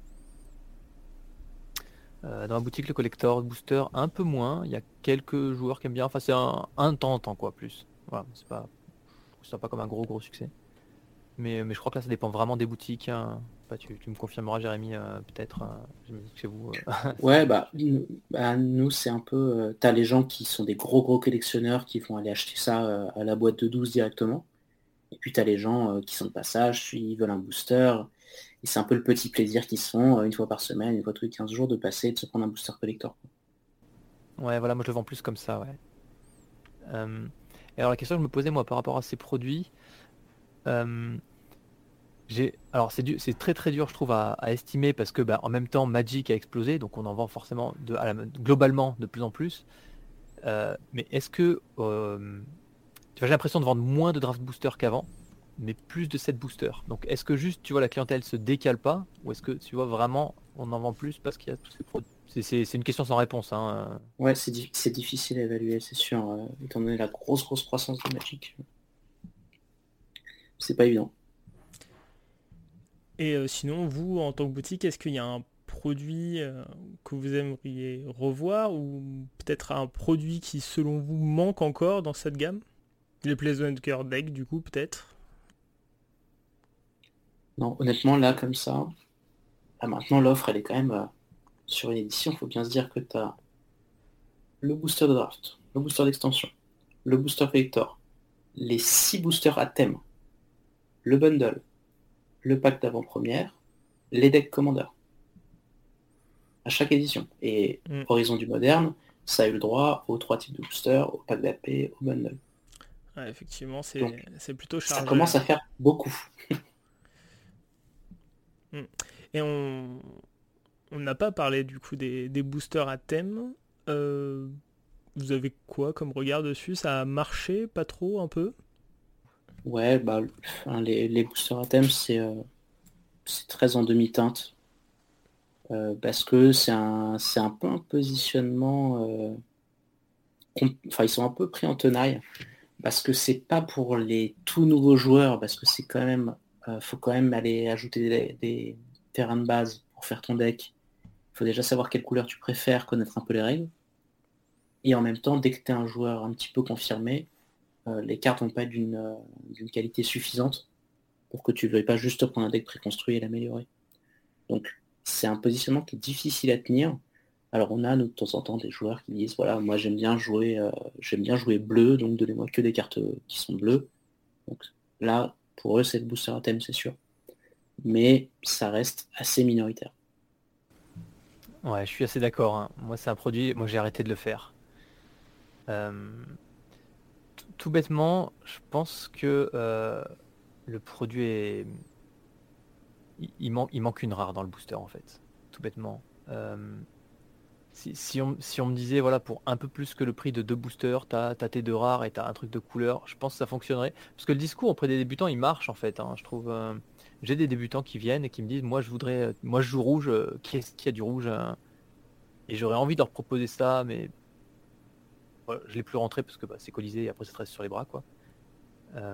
Euh, dans la boutique, le collector booster, un peu moins. Il y a quelques joueurs qui aiment bien. Enfin, c'est un, un de temps en temps, quoi, plus. Voilà, c'est pas, je trouve ça pas comme un gros gros succès. Mais, mais je crois que là, ça dépend vraiment des boutiques, hein. Bah, tu, tu me confirmeras, Jérémy, euh, peut-être. Euh, j'imagine que chez vous. euh, Ouais, bah, nous, bah, nous, c'est un peu... Euh, t'as les gens qui sont des gros gros collectionneurs qui vont aller acheter ça euh, à la boîte de douze directement. Et puis t'as les gens euh, qui sont de passage, ils veulent un booster. Et c'est un peu le petit plaisir qu'ils se font euh, une fois par semaine, une fois tous les quinze jours, de passer et de se prendre un booster collector. Ouais, voilà, moi je le vends plus comme ça, ouais. Euh, et alors la question que je me posais moi par rapport à ces produits, Euh, j'ai, alors c'est, du- c'est très très dur je trouve à, à estimer parce que bah, en même temps Magic a explosé, donc on en vend forcément de, à la- globalement de plus en plus. Euh, mais est-ce que euh, tu vois, j'ai l'impression de vendre moins de draft boosters qu'avant, mais plus de set boosters. Donc est-ce que juste tu vois la clientèle se décale pas, ou est-ce que tu vois vraiment on en vend plus parce qu'il y a tous ces produits? C'est, c'est- c'est une question sans réponse, hein. Ouais, c'est di- c'est difficile à évaluer, c'est sûr, euh, étant donné la grosse grosse croissance de Magic. C'est pas évident. Et euh, sinon, vous, en tant que boutique, est-ce qu'il y a un produit euh, que vous aimeriez revoir ou peut-être un produit qui, selon vous, manque encore dans cette gamme? Les Planeswalker Deck, du coup, peut-être? Non, honnêtement, là, comme ça, ah, maintenant l'offre, elle est quand même euh, sur une édition, il faut bien se dire que tu as le booster de draft, le booster d'extension, le booster collector, les six boosters à thème, le bundle, le pack d'avant-première, les decks commander, à chaque édition. Et Hmm. Horizon du Moderne, ça a eu le droit aux trois types de boosters, au pack d'A P, au bundle. Ouais, effectivement, Donc c'est c'est plutôt ça chargé. commence à faire beaucoup. Hmm. Et on on n'a pas parlé, du coup, des, des boosters à thème. Euh, vous avez quoi comme regard dessus? Ça a marché, pas trop, un peu? Ouais, bah, enfin, les, les boosters à thème, c'est euh, c'est très en demi-teinte. euh, parce que c'est un, c'est un peu un positionnement. euh, com- Enfin, ils sont un peu pris en tenaille. Parce que c'est pas pour les tout nouveaux joueurs, parce que c'est quand même. euh, faut quand même aller ajouter des, des terrains de base pour faire ton deck. Il faut déjà savoir quelle couleur tu préfères, connaître un peu les règles. Et en même temps, dès que tu es un joueur un petit peu confirmé, euh, les cartes vont pas être d'une euh, d'une qualité suffisante pour que tu ne veuilles pas juste prendre un deck préconstruit et l'améliorer. Donc c'est un positionnement qui est difficile à tenir. Alors on a nous, de temps en temps des joueurs qui disent voilà, moi j'aime bien jouer euh, j'aime bien jouer bleu, donc donnez-moi que des cartes euh, qui sont bleues. Donc là, pour eux, c'est le booster à thème, c'est sûr. Mais ça reste assez minoritaire. Ouais, je suis assez d'accord, hein. Moi c'est un produit, moi j'ai arrêté de le faire. Euh, tout, tout bêtement, je pense que euh, le produit est... Il, il man- il manque une rare dans le booster en fait. Tout bêtement. Euh, si, si on, si on me disait, voilà, pour un peu plus que le prix de deux boosters, t'as, t'as tes deux rares et t'as un truc de couleur, je pense que ça fonctionnerait. Parce que le discours auprès des débutants, il marche en fait, hein, je trouve. euh, J'ai des débutants qui viennent et qui me disent, moi je voudrais, euh, moi je joue rouge, euh, qui est-ce qui a du rouge, hein? Et j'aurais envie de leur proposer ça, mais ouais, je l'ai plus rentré parce que bah, c'est colisé et après ça te reste sur les bras, quoi. Euh,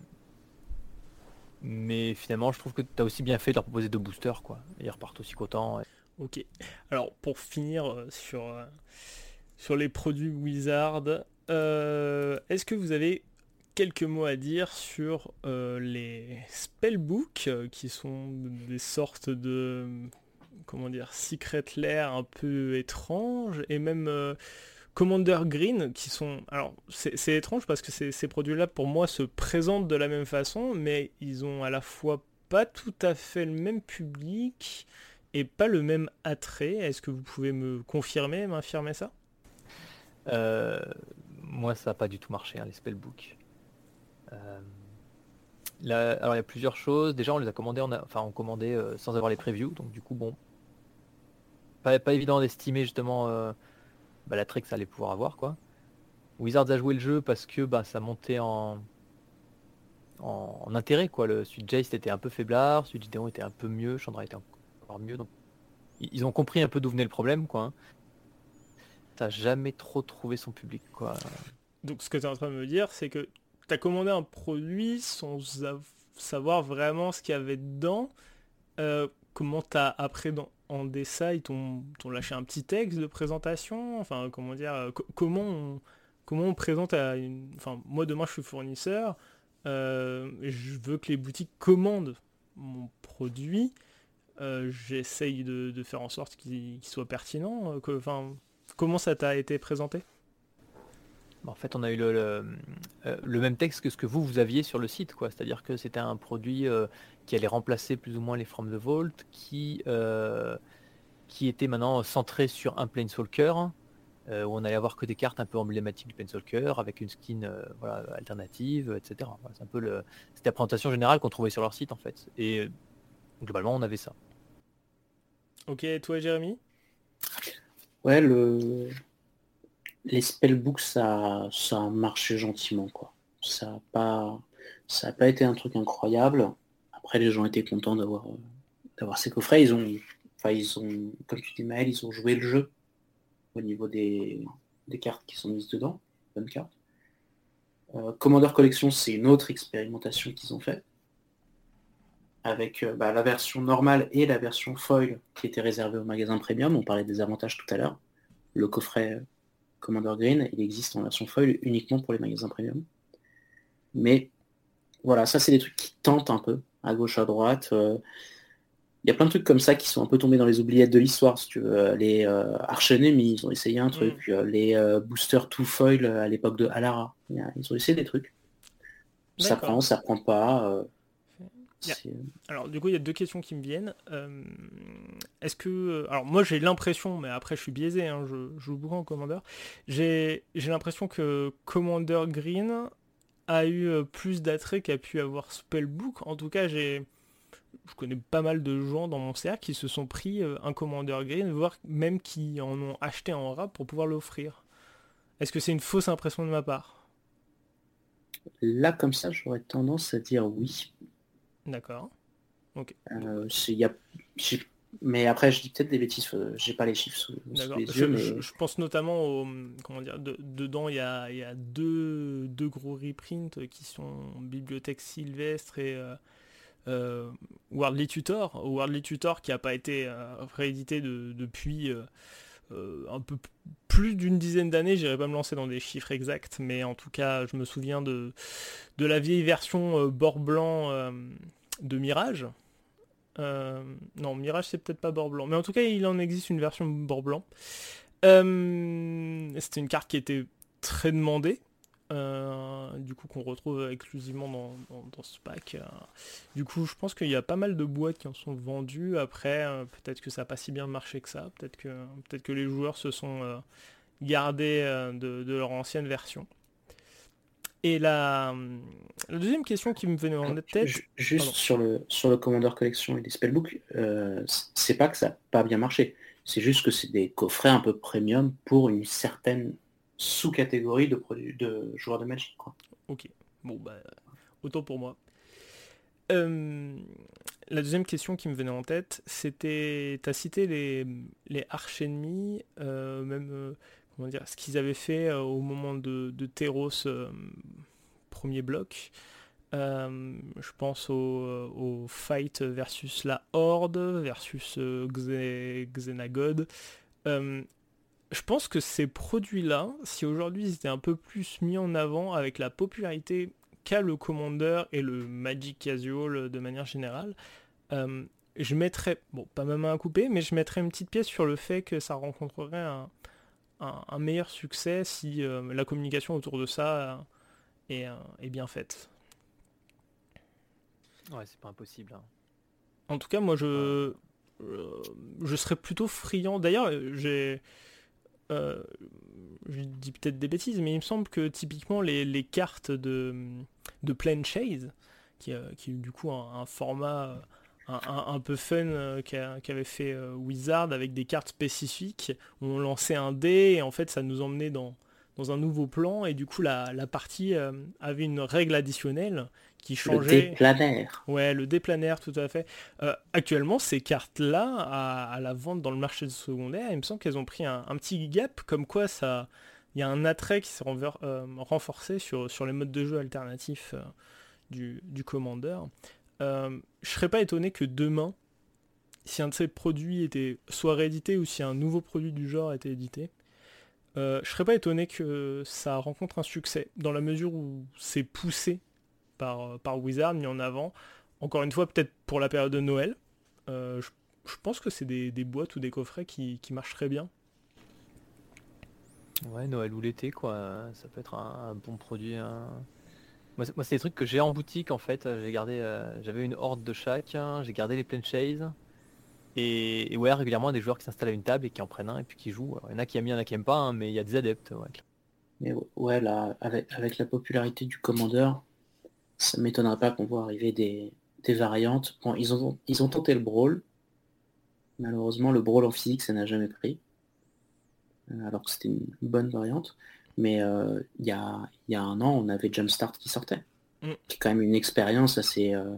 mais finalement, je trouve que t'as aussi bien fait de leur proposer deux boosters, quoi. Et ils repartent aussi contents. et- Ok. Alors, pour finir euh, sur, euh, sur les produits Wizard, euh, est-ce que vous avez quelques mots à dire sur euh, les spellbooks, euh, qui sont des sortes de, comment dire, secret lair un peu étranges, et même euh, Commander Green, qui sont... Alors, c'est c'est étrange parce que ces, ces produits-là, pour moi, se présentent de la même façon, mais ils ont à la fois pas tout à fait le même public et pas le même attrait. Est-ce que vous pouvez me confirmer, m'infirmer ça? Euh, Moi, ça n'a pas du tout marché, hein, les spellbooks. Euh, là, alors, il y a plusieurs choses. Déjà, on les a commandés, on a, enfin, on commandait euh, sans avoir les previews. Donc, du coup, bon, pas, pas évident d'estimer justement euh, bah, l'attrait que ça allait pouvoir avoir, quoi. Wizards a joué le jeu parce que bah, ça montait en, en, en intérêt, quoi. Le celui de Jace était un peu faiblard, celui de Gideon était un peu mieux, Chandra était encore mieux. Donc, ils ils ont compris un peu d'où venait le problème, quoi, hein. Ça n'a jamais trop trouvé son public, quoi. Donc, ce que tu es en train de me dire, c'est que tu as commandé un produit sans av- savoir vraiment ce qu'il y avait dedans. Euh, comment t'as après dans, en dessin, ils t'ont t'ont lâché un petit texte de présentation? Enfin, comment dire, euh, co- comment on, comment on présente à une... Enfin, moi demain je suis fournisseur, euh, et je veux que les boutiques commandent mon produit, euh, j'essaye de, de faire en sorte qu'il qu'il soit pertinent. euh, que- Enfin, comment ça t'a été présenté? Bah, en fait, on a eu le, le, euh, le même texte que ce que vous, vous aviez sur le site, quoi. C'est-à-dire que c'était un produit euh, qui allait remplacer plus ou moins les From the Vault, qui, euh, qui était maintenant centré sur un Planeswalker, euh, où on allait avoir que des cartes un peu emblématiques du Planeswalker avec une skin euh, voilà, alternative, et cetera. Voilà, c'est un peu le... C'était la présentation générale qu'on trouvait sur leur site en fait. Et euh, globalement, on avait ça. Ok, et toi Jérémy? Ouais, le... les spellbooks, ça, ça a marché gentiment, quoi. Ça a pas, ça a pas été un truc incroyable. Après, les gens étaient contents d'avoir, euh, d'avoir ces coffrets. Ils ont, enfin, ils ont, comme tu dis Maël, ils ont joué le jeu au niveau des, des cartes qui sont mises dedans, bonnes cartes. Euh, Commander Collection, c'est une autre expérimentation qu'ils ont fait, avec euh, bah, la version normale et la version foil qui était réservée au magasin premium. On parlait des avantages tout à l'heure. Le coffret euh, Commander Green, il existe en version foil uniquement pour les magasins premium. Mais voilà, ça c'est des trucs qui tentent un peu, à gauche, à droite. Euh, Il y a plein de trucs comme ça qui sont un peu tombés dans les oubliettes de l'histoire, si tu veux. Les euh, Arch Enemy, ils ont essayé un truc. Mm. Euh, Les euh, boosters two foil euh, à l'époque de Alara, ils ont essayé des trucs. Ça prend, D'accord. ça prend pas. euh, Yeah. c'est- Alors du coup il y a deux questions qui me viennent. Euh, est-ce que... euh, Alors moi j'ai l'impression, mais après je suis biaisé, hein, je, je joue beaucoup en Commander. J'ai, j'ai l'impression que Commander Green a eu euh, plus d'attrait qu'a pu avoir Spellbook. En tout cas j'ai... Je connais pas mal de gens dans mon cercle qui se sont pris euh, un Commander Green, voire même qui en ont acheté en rap pour pouvoir l'offrir. Est-ce que c'est une fausse impression de ma part? Là, comme ça, j'aurais tendance à dire oui. D'accord. Ok. Donc, Euh, c'est- il y a- j'ai- Mais après, je dis peut-être des bêtises, euh, j'ai pas les chiffres sous, sous d'accord. les yeux, Je, je- mais je pense notamment au... Comment dire, de- dedans, il y a, il y a deux, deux gros reprints qui sont Bibliothèque Sylvestre et euh, euh, Worldly Tutor. Worldly Tutor qui n'a pas été euh, réédité de- depuis euh, euh, un peu p- plus d'une dizaine d'années. J'irai pas me lancer dans des chiffres exacts, mais en tout cas, je me souviens de, de la vieille version euh, bord blanc euh, de Mirage. Euh, non, Mirage, c'est peut-être pas bord blanc. Mais en tout cas, il en existe une version bord blanc. Euh, C'était une carte qui était très demandée. Euh, du coup, qu'on retrouve exclusivement dans, dans- dans ce pack. Euh, du coup, je pense qu'il y a pas mal de boîtes qui en sont vendues. Après, euh, peut-être que ça n'a pas si bien marché que ça. Peut-être que, peut-être que les joueurs se sont euh, gardés euh, de, de leur ancienne version. Et la, la deuxième question qui me venait en tête... ju- juste Pardon. sur le, sur le Commander Collection et les spellbooks, euh, c'est pas que ça n'a pas bien marché. C'est juste que c'est des coffrets un peu premium pour une certaine sous-catégorie de, produits, de joueurs de Magic, quoi. Ok. Bon, bah, autant pour moi. Euh, la deuxième question qui me venait en tête, c'était, t'as cité les, les arch-ennemis, euh, même, euh, comment dire, ce qu'ils avaient fait euh, au moment de, de Theros, euh, premier bloc. Euh, je pense au, euh, au fight versus la Horde, versus euh, Xe- Xenagod. Euh, je pense que ces produits-là, si aujourd'hui ils étaient un peu plus mis en avant avec la popularité qu'a le Commander et le Magic Casual de manière générale, euh, je mettrais, bon, pas ma main à couper, mais je mettrais une petite pièce sur le fait que ça rencontrerait un, un- un meilleur succès si euh, la communication autour de ça euh, est, euh, est bien faite. Ouais, c'est pas impossible. Hein. En tout cas, moi, Euh, je, euh, je serais plutôt friand. D'ailleurs, j'ai... euh, je dis peut-être des bêtises, mais il me semble que typiquement les, les cartes de, de Plane Chase, qui, euh, qui est du coup un, un format euh, un, un- un peu fun euh, qu'a- qu'avait fait euh, Wizard avec des cartes spécifiques, où on lançait un dé et en fait ça nous emmenait dans, dans un nouveau plan et du coup la, la partie euh, avait une règle additionnelle qui Le dé changeait. planaire. Ouais, le déplanaire, tout à fait. Euh, actuellement, ces cartes-là, à, à la vente dans le marché secondaire, il me semble qu'elles ont pris un, un petit gap, comme quoi ça, il y a un attrait qui s'est renver- euh, renforcé sur, sur les modes de jeu alternatifs euh, du, du Commander. Euh, je serais pas étonné que demain, si un de ces produits était soit réédité ou si un nouveau produit du genre était édité, euh, je serais pas étonné que ça rencontre un succès, dans la mesure où c'est poussé par, par Wizard, mis en avant. Encore une fois, peut-être pour la période de Noël. Euh, je, je pense que c'est des, des boîtes ou des coffrets qui, qui marchent très bien. ouais, Noël ou l'été, quoi. Ça peut être un, un bon produit. un- Moi, c'est moi, c'est des trucs que j'ai en boutique en fait. J'ai gardé, euh, j'avais une horde de chaque. hein, J'ai gardé les Plain Chase. Et, et ouais, régulièrement des joueurs qui s'installent à une table et qui en prennent un et puis qui jouent. Alors, il y en a qui aiment bien, il y en a qui aiment pas, hein, mais il y a des adeptes. Ouais. Mais ouais, là, avec, avec la popularité du Commander, ça ne m'étonnerait pas qu'on voit arriver des, des variantes. Bon, ils ont, ils ont tenté le Brawl. Malheureusement, le Brawl en physique, ça n'a jamais pris. Euh, alors que c'était une bonne variante. Mais euh, il y, a, il y a un an, on avait Jumpstart qui sortait. Mm. Qui est quand même une expérience assez, euh,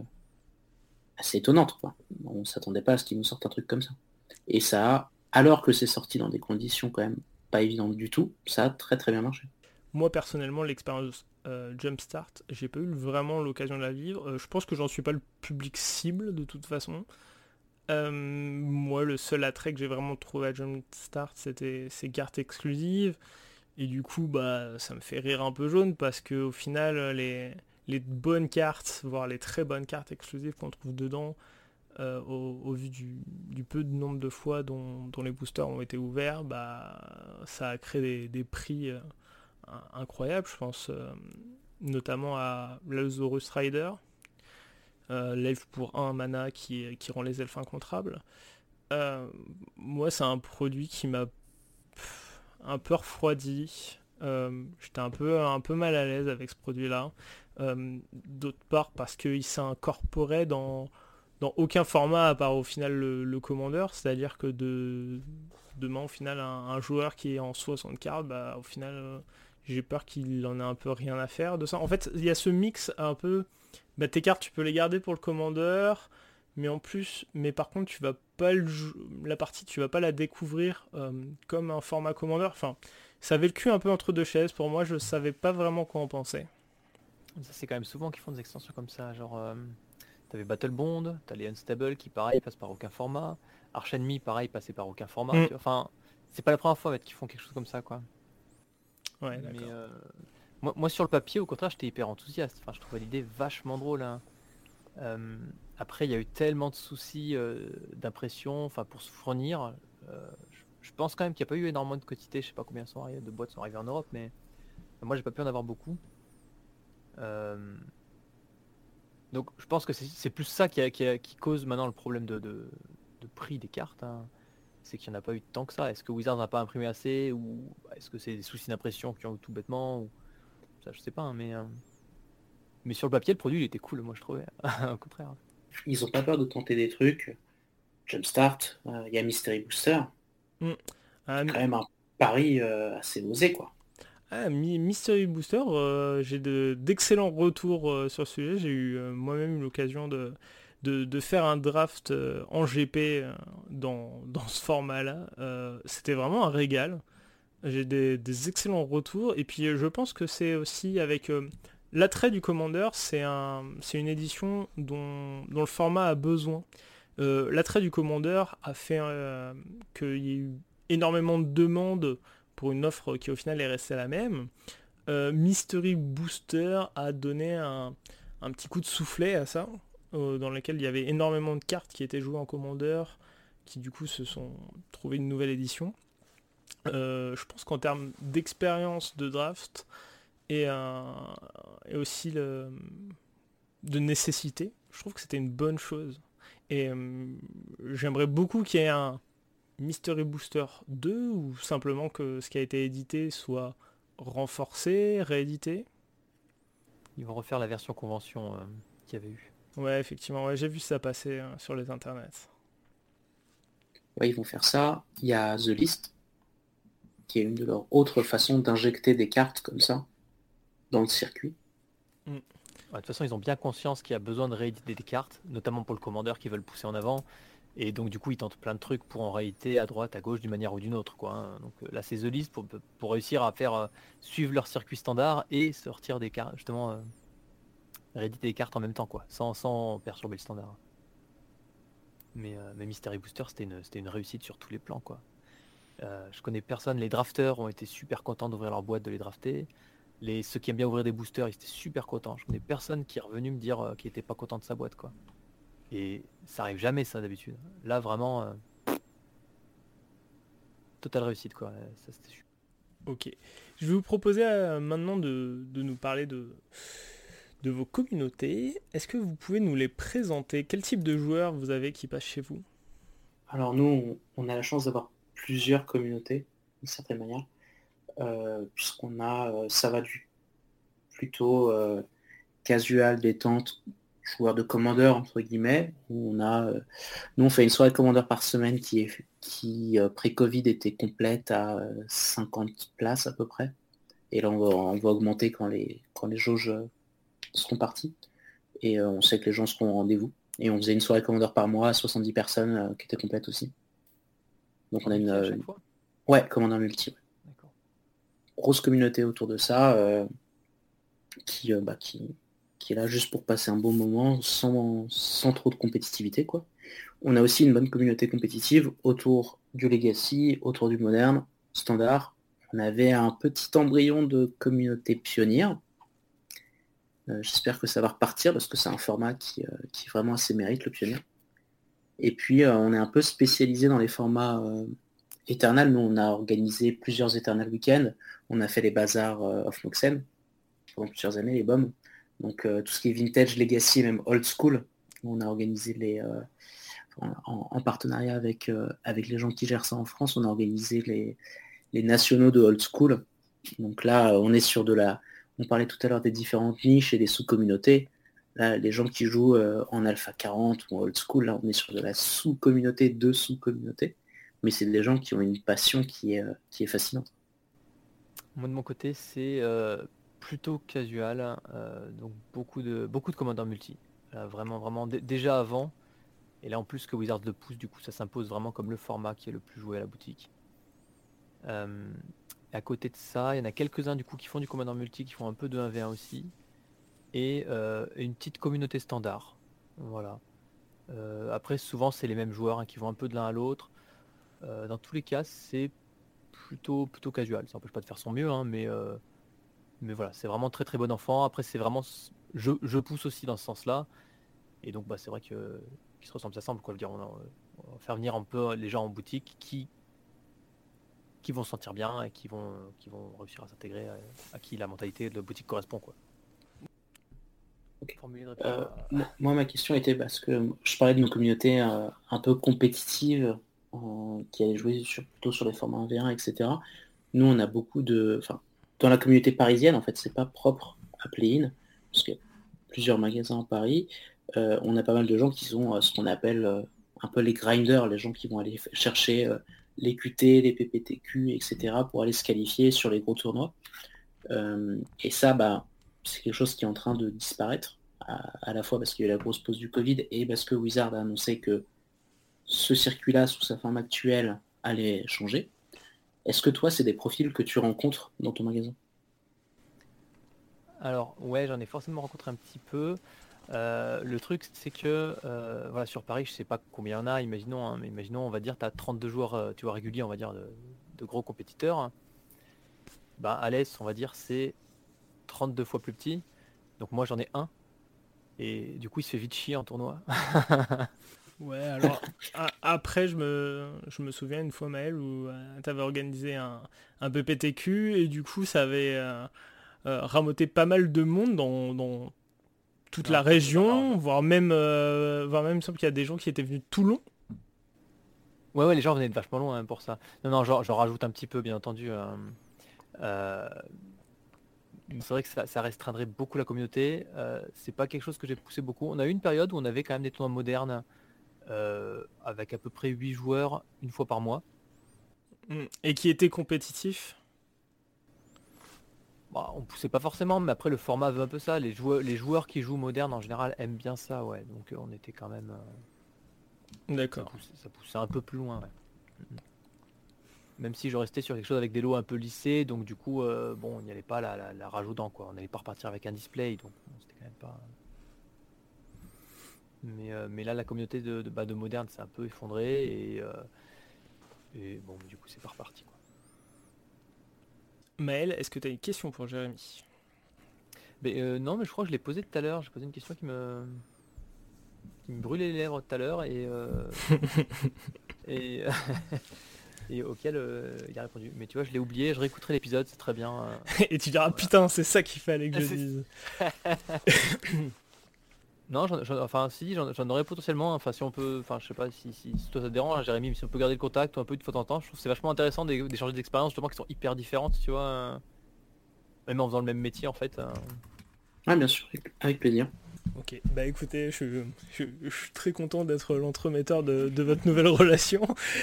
assez étonnante, quoi. On ne s'attendait pas à ce qu'ils nous sortent un truc comme ça. Et ça a, alors que c'est sorti dans des conditions quand même pas évidentes du tout, ça a très très bien marché. Moi personnellement, l'expérience euh, Jumpstart, j'ai pas eu vraiment l'occasion de la vivre. Euh, je pense que j'en suis pas le public cible de toute façon. Euh, moi, le seul attrait que j'ai vraiment trouvé à Jumpstart, c'était ses cartes exclusives. Et du coup, bah, ça me fait rire un peu jaune parce que au final, les, les bonnes cartes, voire les très bonnes cartes exclusives qu'on trouve dedans, euh, au, au vu du, du peu de nombre de fois dont, dont les boosters ont été ouverts, bah, ça a créé des, des prix euh, incroyables. Je pense euh, notamment à l'Alzorus Rider, euh, l'elfe pour un mana qui, qui rend les elfes incontrables. Euh, moi, c'est un produit qui m'a pff, un peu refroidi. Euh, J'étais un peu, un peu mal à l'aise avec ce produit-là. Euh, D'autre part, parce qu'il s'incorporait dans, dans aucun format à part au final le, le commandeur. C'est-à-dire que de, demain, au final, un, un joueur qui est en soixante cartes, bah, au final, euh, j'ai peur qu'il en ait un peu rien à faire de ça. En fait, il y a ce mix un peu. Bah, tes cartes, tu peux les garder pour le commandeur. Mais en plus, mais par contre, tu vas pas le jou- la partie, tu vas pas la découvrir euh, comme un format commandeur. Enfin, ça avait le cul un peu entre deux chaises. Pour moi, je savais pas vraiment quoi en penser. Ça, c'est quand même souvent qu'ils font des extensions comme ça. Genre, euh, t'avais Battle Bond, t'as les Unstable qui, pareil, passent par aucun format. Arch Enemy, pareil, passait par aucun format. Mm. Tu vois. Enfin, c'est pas la première fois en fait, qu'ils font quelque chose comme ça, quoi. Ouais, Mais d'accord. euh, moi, moi, sur le papier, au contraire, j'étais hyper enthousiaste. Enfin, je trouvais l'idée vachement drôle, hein. Euh, après, il y a eu tellement de soucis euh, d'impression, enfin, pour se fournir. euh, je, je pense quand même qu'il n'y a pas eu énormément de quantités. Je sais pas combien sont arrivés, de boîtes sont arrivées en Europe, mais moi, j'ai pas pu en avoir beaucoup. Euh, donc, je pense que c'est c'est plus ça qui, a- qui a- qui cause maintenant le problème de, de- de prix des cartes, hein. C'est qu'il n'y en a pas eu tant que ça. Est-ce que Wizard n'a pas imprimé assez, ou est-ce que c'est des soucis d'impression qui ont eu tout bêtement, ou ça, je sais pas, hein, mais euh, mais sur le papier, le produit, il était cool, moi, je trouvais. Au contraire. Ils ont pas peur de tenter des trucs. Jumpstart, il euh, y a Mystery Booster. Mm. Ah, C'est mi- quand même un pari euh, assez osé, quoi. ah, Mi- Mystery Booster, euh, j'ai de- d'excellents retours euh, sur ce sujet. J'ai eu euh, moi-même eu l'occasion de, de, de faire un draft euh, en G P euh, dans, dans ce format-là. Euh, C'était vraiment un régal. J'ai des, des excellents retours. Et puis euh, je pense que c'est aussi avec euh, l'attrait du Commander, c'est un, c'est une édition dont, dont le format a besoin. Euh, l'attrait du Commander a fait euh, qu'il y ait eu énormément de demandes pour une offre qui au final est restée la même. Euh, Mystery Booster a donné un, un petit coup de soufflet à ça, euh, dans lequel il y avait énormément de cartes qui étaient jouées en Commander, qui du coup se sont trouvées une nouvelle édition. Euh, je pense qu'en termes d'expérience de draft et, euh, et aussi le, de nécessité, je trouve que c'était une bonne chose. Et euh, j'aimerais beaucoup qu'il y ait un Mystery Booster deux ou simplement que ce qui a été édité soit renforcé, réédité. Ils vont refaire la version convention euh, qu'il y avait eu. Ouais, effectivement, ouais, j'ai vu ça passer euh, sur les internets. Ouais, ils vont faire ça. Il y a The List, qui est une de leurs autres façons d'injecter des cartes comme ça dans le circuit. Mm. Ouais, de toute façon, ils ont bien conscience qu'il y a besoin de rééditer des cartes, notamment pour le commandeur qui veulent pousser en avant. Et donc du coup, ils tentent plein de trucs pour en rééditer à droite, à gauche, d'une manière ou d'une autre, quoi, hein. Donc euh, là, c'est The List pour, pour réussir à faire euh, suivre leur circuit standard et sortir des cartes, justement, euh, rééditer des cartes en même temps, quoi, sans, sans perturber le standard. Mais, euh, mais Mystery Booster, c'était une, c'était une réussite sur tous les plans, quoi. Euh, je connais personne, les drafteurs ont été super contents d'ouvrir leur boîte, de les drafter. Les, ceux qui aiment bien ouvrir des boosters, ils étaient super contents. Je connais personne qui est revenu me dire euh, qu'il était pas content de sa boîte, quoi. Et ça arrive jamais, ça, d'habitude. Là, vraiment, euh, totale réussite, quoi. Euh, Ça, c'était super. Ok. Je vais vous proposer euh, maintenant de, de nous parler de, de vos communautés. Est-ce que vous pouvez nous les présenter? Quel type de joueurs vous avez qui passent chez vous? Alors nous, on, on a la chance d'avoir plusieurs communautés, d'une certaine manière, euh, puisqu'on a, euh, ça va du plutôt euh, casual, détente, joueur de commandeur, entre guillemets, où on a, euh, nous on fait une soirée de commandeur par semaine qui, est, qui euh, pré-Covid était complète à euh, cinquante places à peu près. Et là on va, on va augmenter quand les, quand les jauges euh, seront parties. Et euh, on sait que les gens seront au rendez-vous. Et on faisait une soirée commandeur par mois à soixante-dix personnes euh, qui était complète aussi. Donc on a une... à euh, chaque fois. Ouais, commandeur multi. Ouais. D'accord. Grosse communauté autour de ça, euh, qui, euh, bah, qui, qui est là juste pour passer un bon moment sans, sans trop de compétitivité, quoi. On a aussi une bonne communauté compétitive autour du Legacy, autour du moderne, standard. On avait un petit embryon de communauté pionnière. Euh, j'espère que ça va repartir parce que c'est un format qui, euh, qui vraiment assez mérite, le pionnier. Et puis euh, on est un peu spécialisé dans les formats euh, Eternal. Nous on a organisé plusieurs Eternal Weekends. On a fait les bazars euh, of Moxen pendant plusieurs années, les B O M. Donc euh, tout ce qui est vintage, legacy, même old school. On a organisé les... Euh, en, en partenariat avec, euh, avec les gens qui gèrent ça en France, on a organisé les, les nationaux de old school. Donc là, on est sur de la... On parlait tout à l'heure des différentes niches et des sous-communautés. Là, les gens qui jouent euh, en Alpha quarante ou en old school, là, on est sur de la sous-communauté, de sous-communautés. Mais c'est des gens qui ont une passion qui est, euh, qui est fascinante. Moi de mon côté, c'est euh, plutôt casual, euh, donc beaucoup de beaucoup de commandeurs multi. Là, vraiment, vraiment, d- déjà avant, et là en plus que Wizards le pousse, du coup ça s'impose vraiment comme le format qui est le plus joué à la boutique. Euh, à côté de ça, il y en a quelques-uns du coup qui font du commandeur multi, qui font un peu de un v un aussi, et euh, une petite communauté standard. Voilà. Euh, après, souvent c'est les mêmes joueurs hein, qui vont un peu de l'un à l'autre. Euh, dans tous les cas, c'est plutôt plutôt casual. Ça n'empêche pas de faire son mieux, hein, mais euh, mais voilà, c'est vraiment très très bon enfant. Après, c'est vraiment, je, je pousse aussi dans ce sens-là, et donc bah c'est vrai que qui se ressemble, ça semble quoi. Je veux dire, on, a- on va faire venir un peu les gens en boutique qui qui vont se sentir bien et qui vont qui vont réussir à s'intégrer, à, à qui la mentalité de la boutique correspond quoi. Okay. Formuler de Euh, répondre à- moi, moi, ma question était parce que je parlais de nos communautés euh, un peu compétitives euh, qui allaient jouer sur, plutôt sur les formats un v un, et cetera. Nous, on a beaucoup de... Enfin, dans la communauté parisienne, en fait, c'est pas propre à Play-in, parce qu'il y a plusieurs magasins à Paris. Euh, on a pas mal de gens qui sont euh, ce qu'on appelle euh, un peu les grinders, les gens qui vont aller f- chercher euh, les Q T, les P P T Q, et cetera pour aller se qualifier sur les gros tournois. Euh, et ça, bah, c'est quelque chose qui est en train de disparaître, à, à la fois parce qu'il y a eu la grosse pause du Covid et parce que Wizard a annoncé que ce circuit-là, sous sa forme actuelle, allait changer. Est-ce que toi, c'est des profils que tu rencontres dans ton magasin? Alors ouais, j'en ai forcément rencontré un petit peu. Euh, le truc c'est que euh, voilà, sur Paris, je sais pas combien il y en a, imaginons, hein, mais imaginons, on va dire, tu as trente-deux joueurs, euh, tu vois, réguliers, on va dire, de, de gros compétiteurs. Bah, Alès, on va dire, c'est trente-deux fois plus petit. Donc moi j'en ai un. Et du coup il se fait vite chier en tournoi. Ouais, alors a- après, je me, je me souviens une fois, Maël, où tu avais organisé un, un P P T Q et du coup, ça avait euh, euh, rameuté pas mal de monde dans, dans toute Non, la je pense que c'est pas- alors, région, voire même, euh, voire même, il me semble qu'il y a des gens qui étaient venus de Toulon. ouais, ouais, les gens venaient de vachement loin hein, pour ça. Non, non, j'en j'en rajoute un petit peu, bien entendu. euh, euh, c'est vrai que ça, ça restreindrait beaucoup la communauté. Euh, c'est pas quelque chose que j'ai poussé beaucoup. On a eu une période où on avait quand même des tournois modernes euh, avec à peu près huit joueurs une fois par mois. Mm. Et qui étaient compétitifs. Bah, on poussait pas forcément, mais après le format veut un peu ça. Les joueurs, les joueurs qui jouent moderne en général aiment bien ça, ouais. Donc euh, on était quand même, euh, ça D'accord. poussait, ça poussait un peu plus loin, ouais. Mhm. Même si je restais sur quelque chose avec des lots un peu lissés, donc du coup, euh, bon, on n'y allait pas la, la, la rajoutant quoi. On n'allait pas repartir avec un display, donc bon, c'était quand même pas. Mais, euh, mais là, la communauté de, de, bah, de moderne s'est un peu effondrée et, euh, et bon, du coup, c'est pas reparti quoi. Maël, est-ce que tu as une question pour Jérémy? Mais euh, non, mais je crois que je l'ai posé tout à l'heure. J'ai posé une question qui me, qui me brûlait les lèvres tout à l'heure et, euh, et, et auquel euh, il a répondu. Mais tu vois, je l'ai oublié. Je réécouterai l'épisode, c'est très bien. euh, Et tu diras, voilà. putain, c'est ça qu'il fallait que je C'est- dise. Non, j'en, j'en- enfin si, j'en, j'en aurais potentiellement, enfin si on peut, enfin je sais pas si, si, si toi ça te dérange, hein, Jérémy, mais si on peut garder le contact ou un peu de fois en temps, je trouve que c'est vachement intéressant d'é- d'échanger d'expériences justement qui sont hyper différentes, tu vois, euh, même en faisant le même métier en fait. euh. Ouais, bien sûr, avec, avec plaisir. Ok, bah écoutez, je, je- je suis très content d'être l'entremetteur de, de votre nouvelle relation.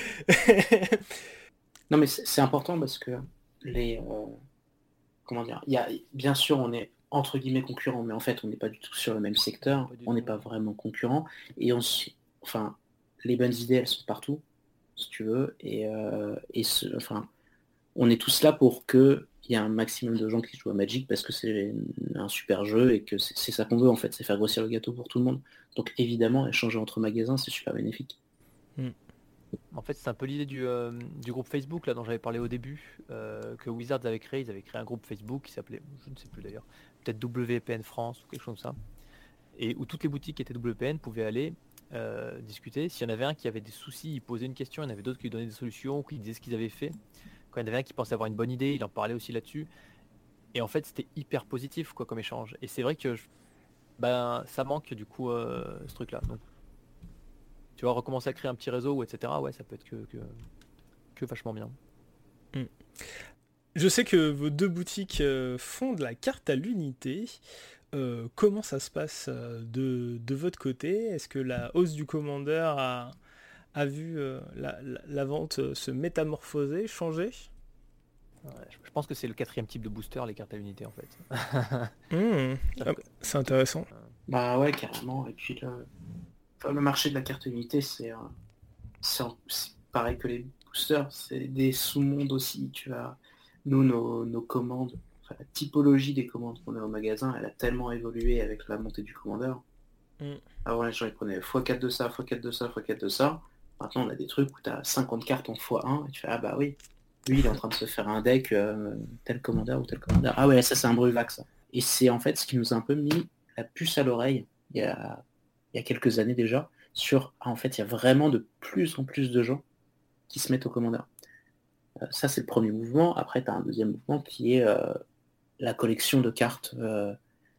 Non, mais c'est c'est important parce que les, euh, comment dire, il y a, bien sûr, on est entre guillemets concurrents, mais en fait, on n'est pas du tout sur le même Non, secteur, pas du on n'est tout. pas vraiment concurrents, et on, s- enfin, les bonnes idées, elles sont partout, si tu veux, et, euh, et ce- enfin, on est tous là pour que il y ait un maximum de gens qui jouent à Magic parce que c'est un super jeu et que c'est c'est ça qu'on veut en fait, c'est faire grossir le gâteau pour tout le monde. Donc évidemment, échanger entre magasins, c'est super bénéfique. Hmm. En fait, c'est un peu l'idée du, euh, du groupe Facebook là dont j'avais parlé au début, euh, que Wizards avait créé. Ils avaient créé un groupe Facebook qui s'appelait, je ne sais plus d'ailleurs, peut-être W P N France ou quelque chose comme ça, et où toutes les boutiques qui étaient W P N pouvaient aller euh, discuter. S'il y en avait un qui avait des soucis, il posait une question, il y en avait d'autres qui lui donnaient des solutions, qui disaient ce qu'ils avaient fait. Quand il y en avait un qui pensait avoir une bonne idée, il en parlait aussi là-dessus. Et en fait, c'était hyper positif quoi comme échange. Et c'est vrai que je- ben, ça manque du coup euh, ce truc-là. Donc, tu vois, recommencer à créer un petit réseau, ou et cetera. Ouais, ça peut être que, que, que vachement bien. Hmm. Je sais que vos deux boutiques euh, font de la carte à l'unité. Euh, comment ça se passe euh, de, de votre côté? Est-ce que la hausse du commandeur a, a vu euh, la, la- la vente euh, se métamorphoser, changer? Ouais, je je pense que c'est le quatrième type de booster, les cartes à l'unité en fait. Hmm. Ah, C'est-à-dire que- c'est intéressant. euh, Bah ouais, carrément. Et puis le, enfin, le marché de la carte unité, c'est euh, c'est en- c'est pareil que les boosters, c'est des sous-mondes aussi. Tu as nous nos, nos commandes, enfin, la typologie des commandes qu'on a au magasin, elle a tellement évolué avec la montée du commandeur. Hmm. Avant, les gens ils prenaient fois quatre de ça, fois quatre de ça, fois quatre de ça. Maintenant, on a des trucs où tu as cinquante cartes en fois un, et tu fais, ah bah oui, lui, il est en train de se faire un deck, euh, tel commandeur ou tel commandeur. Ah ouais, ça, c'est un Bruvac, ça. Et c'est en fait ce qui nous a un peu mis la puce à l'oreille, il y a, il y a quelques années déjà, sur, ah, en fait, il y a vraiment de plus en plus de gens qui se mettent au commandeur. Euh, ça, c'est le premier mouvement. Après, tu as un deuxième mouvement qui est euh, la collection de cartes euh,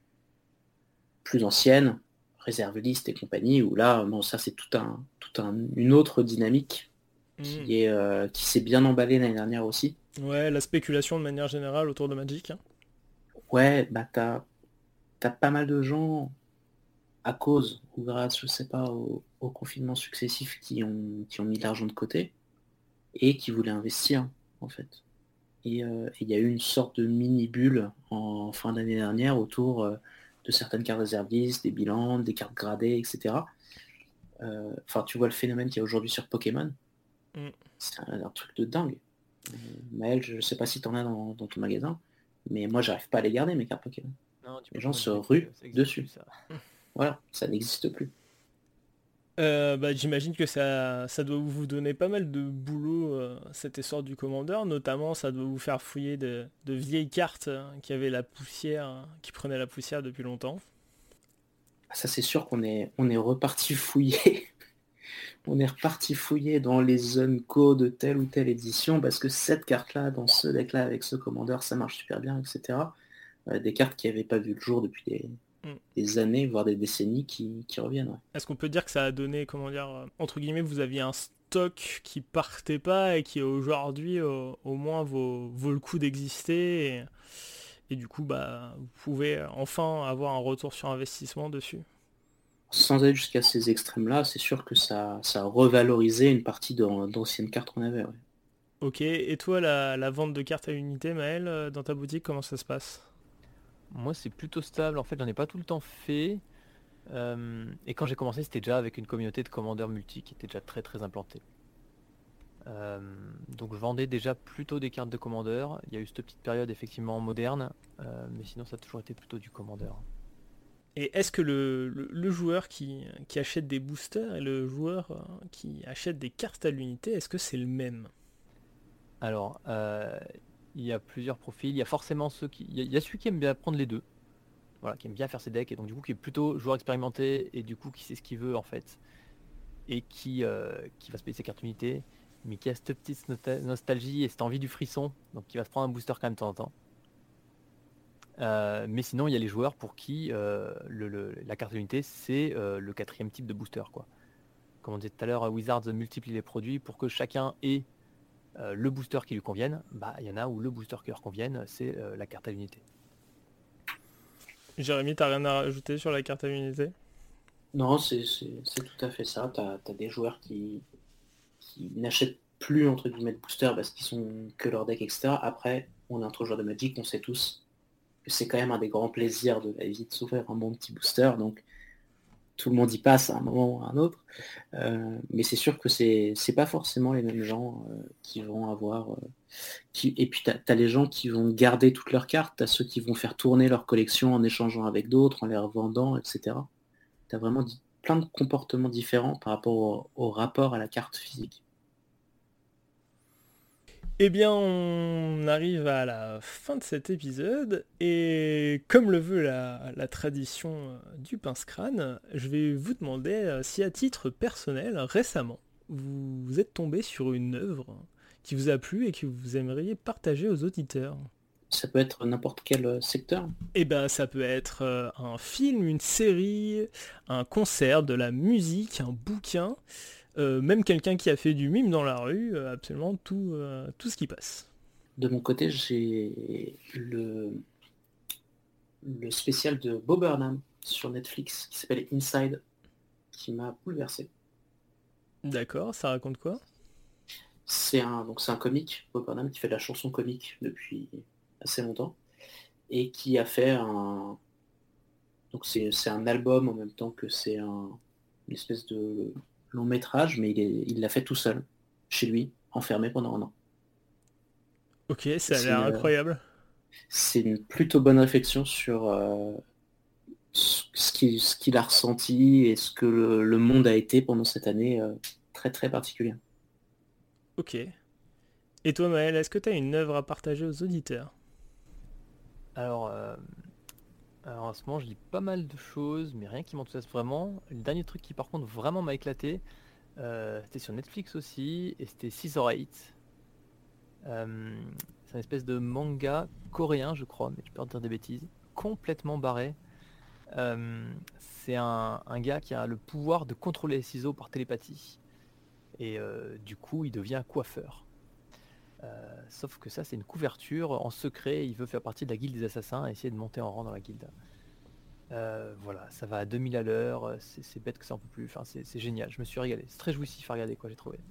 plus anciennes, réservistes et compagnie, où là, bon, ça c'est tout un, tout un, une autre dynamique Hmm. qui est euh, qui s'est bien emballée l'année dernière aussi. Ouais, la spéculation de manière générale autour de Magic, hein. Ouais, bah t'as t'as pas mal de gens à cause ou grâce, je sais pas, au, au confinement successif qui ont qui ont mis de l'argent de côté et qui voulaient investir en fait. Et euh, il y a eu une sorte de mini bulle en fin d'année dernière autour euh, de certaines cartes réservistes, des bilans, des cartes gradées, et cetera. Euh, Enfin, tu vois le phénomène qu'il y a aujourd'hui sur Pokémon. Hmm. C'est un, un truc de dingue. Euh, Maël, je ne sais pas si tu en as dans, dans ton magasin, mais moi, j'arrive pas à les garder, mes cartes Pokémon. Non, du Les gens Pokémon se Unite, ruent euh, ça existe plus dessus. ça. Voilà, ça n'existe plus. Euh, bah, j'imagine que ça, ça doit vous donner pas mal de boulot, euh, cet essor du commandeur. Notamment, ça doit vous faire fouiller de, de vieilles cartes euh, qui avaient la poussière, euh, qui prenaient la poussière depuis longtemps. Ça, c'est sûr qu'on est, on est reparti fouiller. On est reparti fouiller dans les zones co de telle ou telle édition parce que cette carte-là, dans ce deck-là, avec ce commandeur, ça marche super bien, et cetera. Euh, des cartes qui n'avaient pas vu le jour depuis des, Hmm. des années, voire des décennies qui, qui reviennent. Ouais. Est-ce qu'on peut dire que ça a donné, comment dire, euh, entre guillemets, vous aviez un stock qui partait pas et qui aujourd'hui, euh, au moins, vaut, vaut le coup d'exister et, et du coup, bah, vous pouvez enfin avoir un retour sur investissement dessus. Sans aller jusqu'à ces extrêmes-là, c'est sûr que ça, ça a revalorisé une partie d'an- d'anciennes cartes qu'on avait. Ouais. Ok, et toi, la, la vente de cartes à unité, Maël, euh, dans ta boutique, comment ça se passe? Moi, c'est plutôt stable. En fait, j'en ai pas tout le temps fait. Euh, et quand j'ai commencé, c'était déjà avec une communauté de commandeurs multi qui était déjà très très implantée. Euh, donc je vendais déjà plutôt des cartes de commandeur. Il y a eu cette petite période effectivement moderne, euh, mais sinon ça a toujours été plutôt du commandeur. Et est-ce que le, le- le joueur qui, qui achète des boosters et le joueur euh, qui achète des cartes à l'unité, est-ce que c'est le même? Alors, euh, il y a plusieurs profils. Il y a forcément ceux qui... Il y a, il y a celui qui aime bien prendre les deux. Voilà, qui aime bien faire ses decks et donc du coup qui est plutôt joueur expérimenté et du coup qui sait ce qu'il veut en fait. Et qui, euh, qui va se payer ses cartes unités, mais qui a cette petite nostalgie et cette envie du frisson, donc qui va se prendre un booster quand même de temps en temps. Euh, mais sinon, il y a les joueurs pour qui euh, le, le- la carte d'unité, c'est euh, le quatrième type de booster, quoi. Comme on disait tout à l'heure, Wizards multiplie les produits pour que chacun ait euh, le booster qui lui convienne. Bah, il y en a où le booster qui leur convienne, c'est euh, la carte à l'unité. Jérémy, t'as rien à rajouter sur la carte à l'unité? Non, c'est c'est- c'est tout à fait ça. T'as as des joueurs qui, qui n'achètent plus entre guillemets de booster parce qu'ils sont que leur deck, et cetera. Après, on est entre joueurs de Magic, on sait tous que c'est quand même un des grands plaisirs de la vie de s'ouvrir un bon petit booster. Donc tout le monde y passe à un moment ou à un autre. Euh, mais c'est sûr que c'est c'est pas forcément les mêmes gens euh, qui vont avoir. euh, qui... Et puis t'as as les gens qui vont garder toutes leurs cartes, t'as ceux qui vont faire tourner leur collection en échangeant avec d'autres, en les revendant, et cetera. T'as vraiment di- plein de comportements différents par rapport au, au rapport à la carte physique. Eh bien, on arrive à la fin de cet épisode, et comme le veut la, la tradition euh, du pince-crâne, je vais vous demander euh, si à titre personnel, récemment, vous, vous êtes tombé sur une œuvre qui vous a plu et que vous aimeriez partager aux auditeurs. Ça peut être n'importe quel euh, secteur. Eh ben, ça peut être euh, un film, une série, un concert, de la musique, un bouquin, euh, même quelqu'un qui a fait du mime dans la rue, euh, absolument tout, euh, tout ce qui passe. De mon côté, j'ai le, le spécial de Bo Burnham sur Netflix qui s'appelle Inside, qui m'a bouleversé. D'accord, ça raconte quoi? C'est un, donc c'est un comique, Bo Burnham, qui fait de la chanson comique depuis assez longtemps, et qui a fait un... Donc c'est c'est un album en même temps que c'est un, une espèce de long métrage, mais il est- il l'a fait tout seul, chez lui, enfermé pendant un an. Ok, ça a C'est l'air une, incroyable. c'est une plutôt bonne réflexion sur euh, ce ce qu'il ce qu'il a ressenti et ce que le, le monde a été pendant cette année euh, très très particulière. Ok. Et toi Maël, est-ce que tu as une œuvre à partager aux auditeurs? Alors, euh, alors en ce moment, je lis pas mal de choses, mais rien qui m'enthousiasme vraiment. Le dernier truc qui par contre vraiment m'a éclaté, euh, c'était sur Netflix aussi, et c'était Scissor Eight. Euh, c'est une espèce de manga coréen, je crois, mais je peux en dire des bêtises, complètement barré. Euh, c'est un, un gars qui a le pouvoir de contrôler les ciseaux par télépathie. Et euh, du coup, il devient coiffeur. Euh, sauf que ça, c'est une couverture en secret. Il veut faire partie de la guilde des assassins et essayer de monter en rang dans la guilde. Euh, voilà, ça va à deux mille à l'heure. C'est, c'est bête que ça en peut plus. Enfin, c'est, c'est génial. Je me suis régalé. C'est très jouissif à regarder, quoi, j'ai trouvé.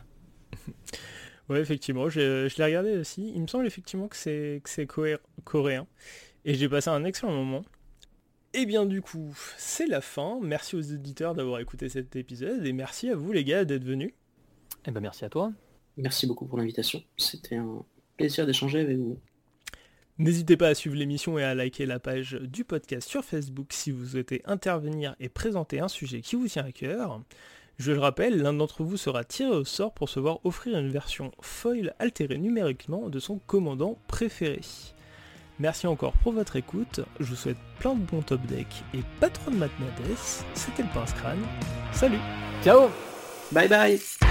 Ouais, effectivement, je, je l'ai regardé aussi. Il me semble effectivement que c'est, que c'est cohé- coréen. Et j'ai passé un excellent moment. Et bien du coup, c'est la fin. Merci aux auditeurs d'avoir écouté cet épisode. Et merci à vous les gars d'être venus. Eh ben, merci à toi. Merci beaucoup pour l'invitation. C'était un plaisir d'échanger avec vous. N'hésitez pas à suivre l'émission et à liker la page du podcast sur Facebook si vous souhaitez intervenir et présenter un sujet qui vous tient à cœur. Je le rappelle, l'un d'entre vous sera tiré au sort pour se voir offrir une version foil altérée numériquement de son commandant préféré. Merci encore pour votre écoute, je vous souhaite plein de bons top deck et pas trop de matnades. C'était le pince-crâne. Salut! Ciao! Bye bye.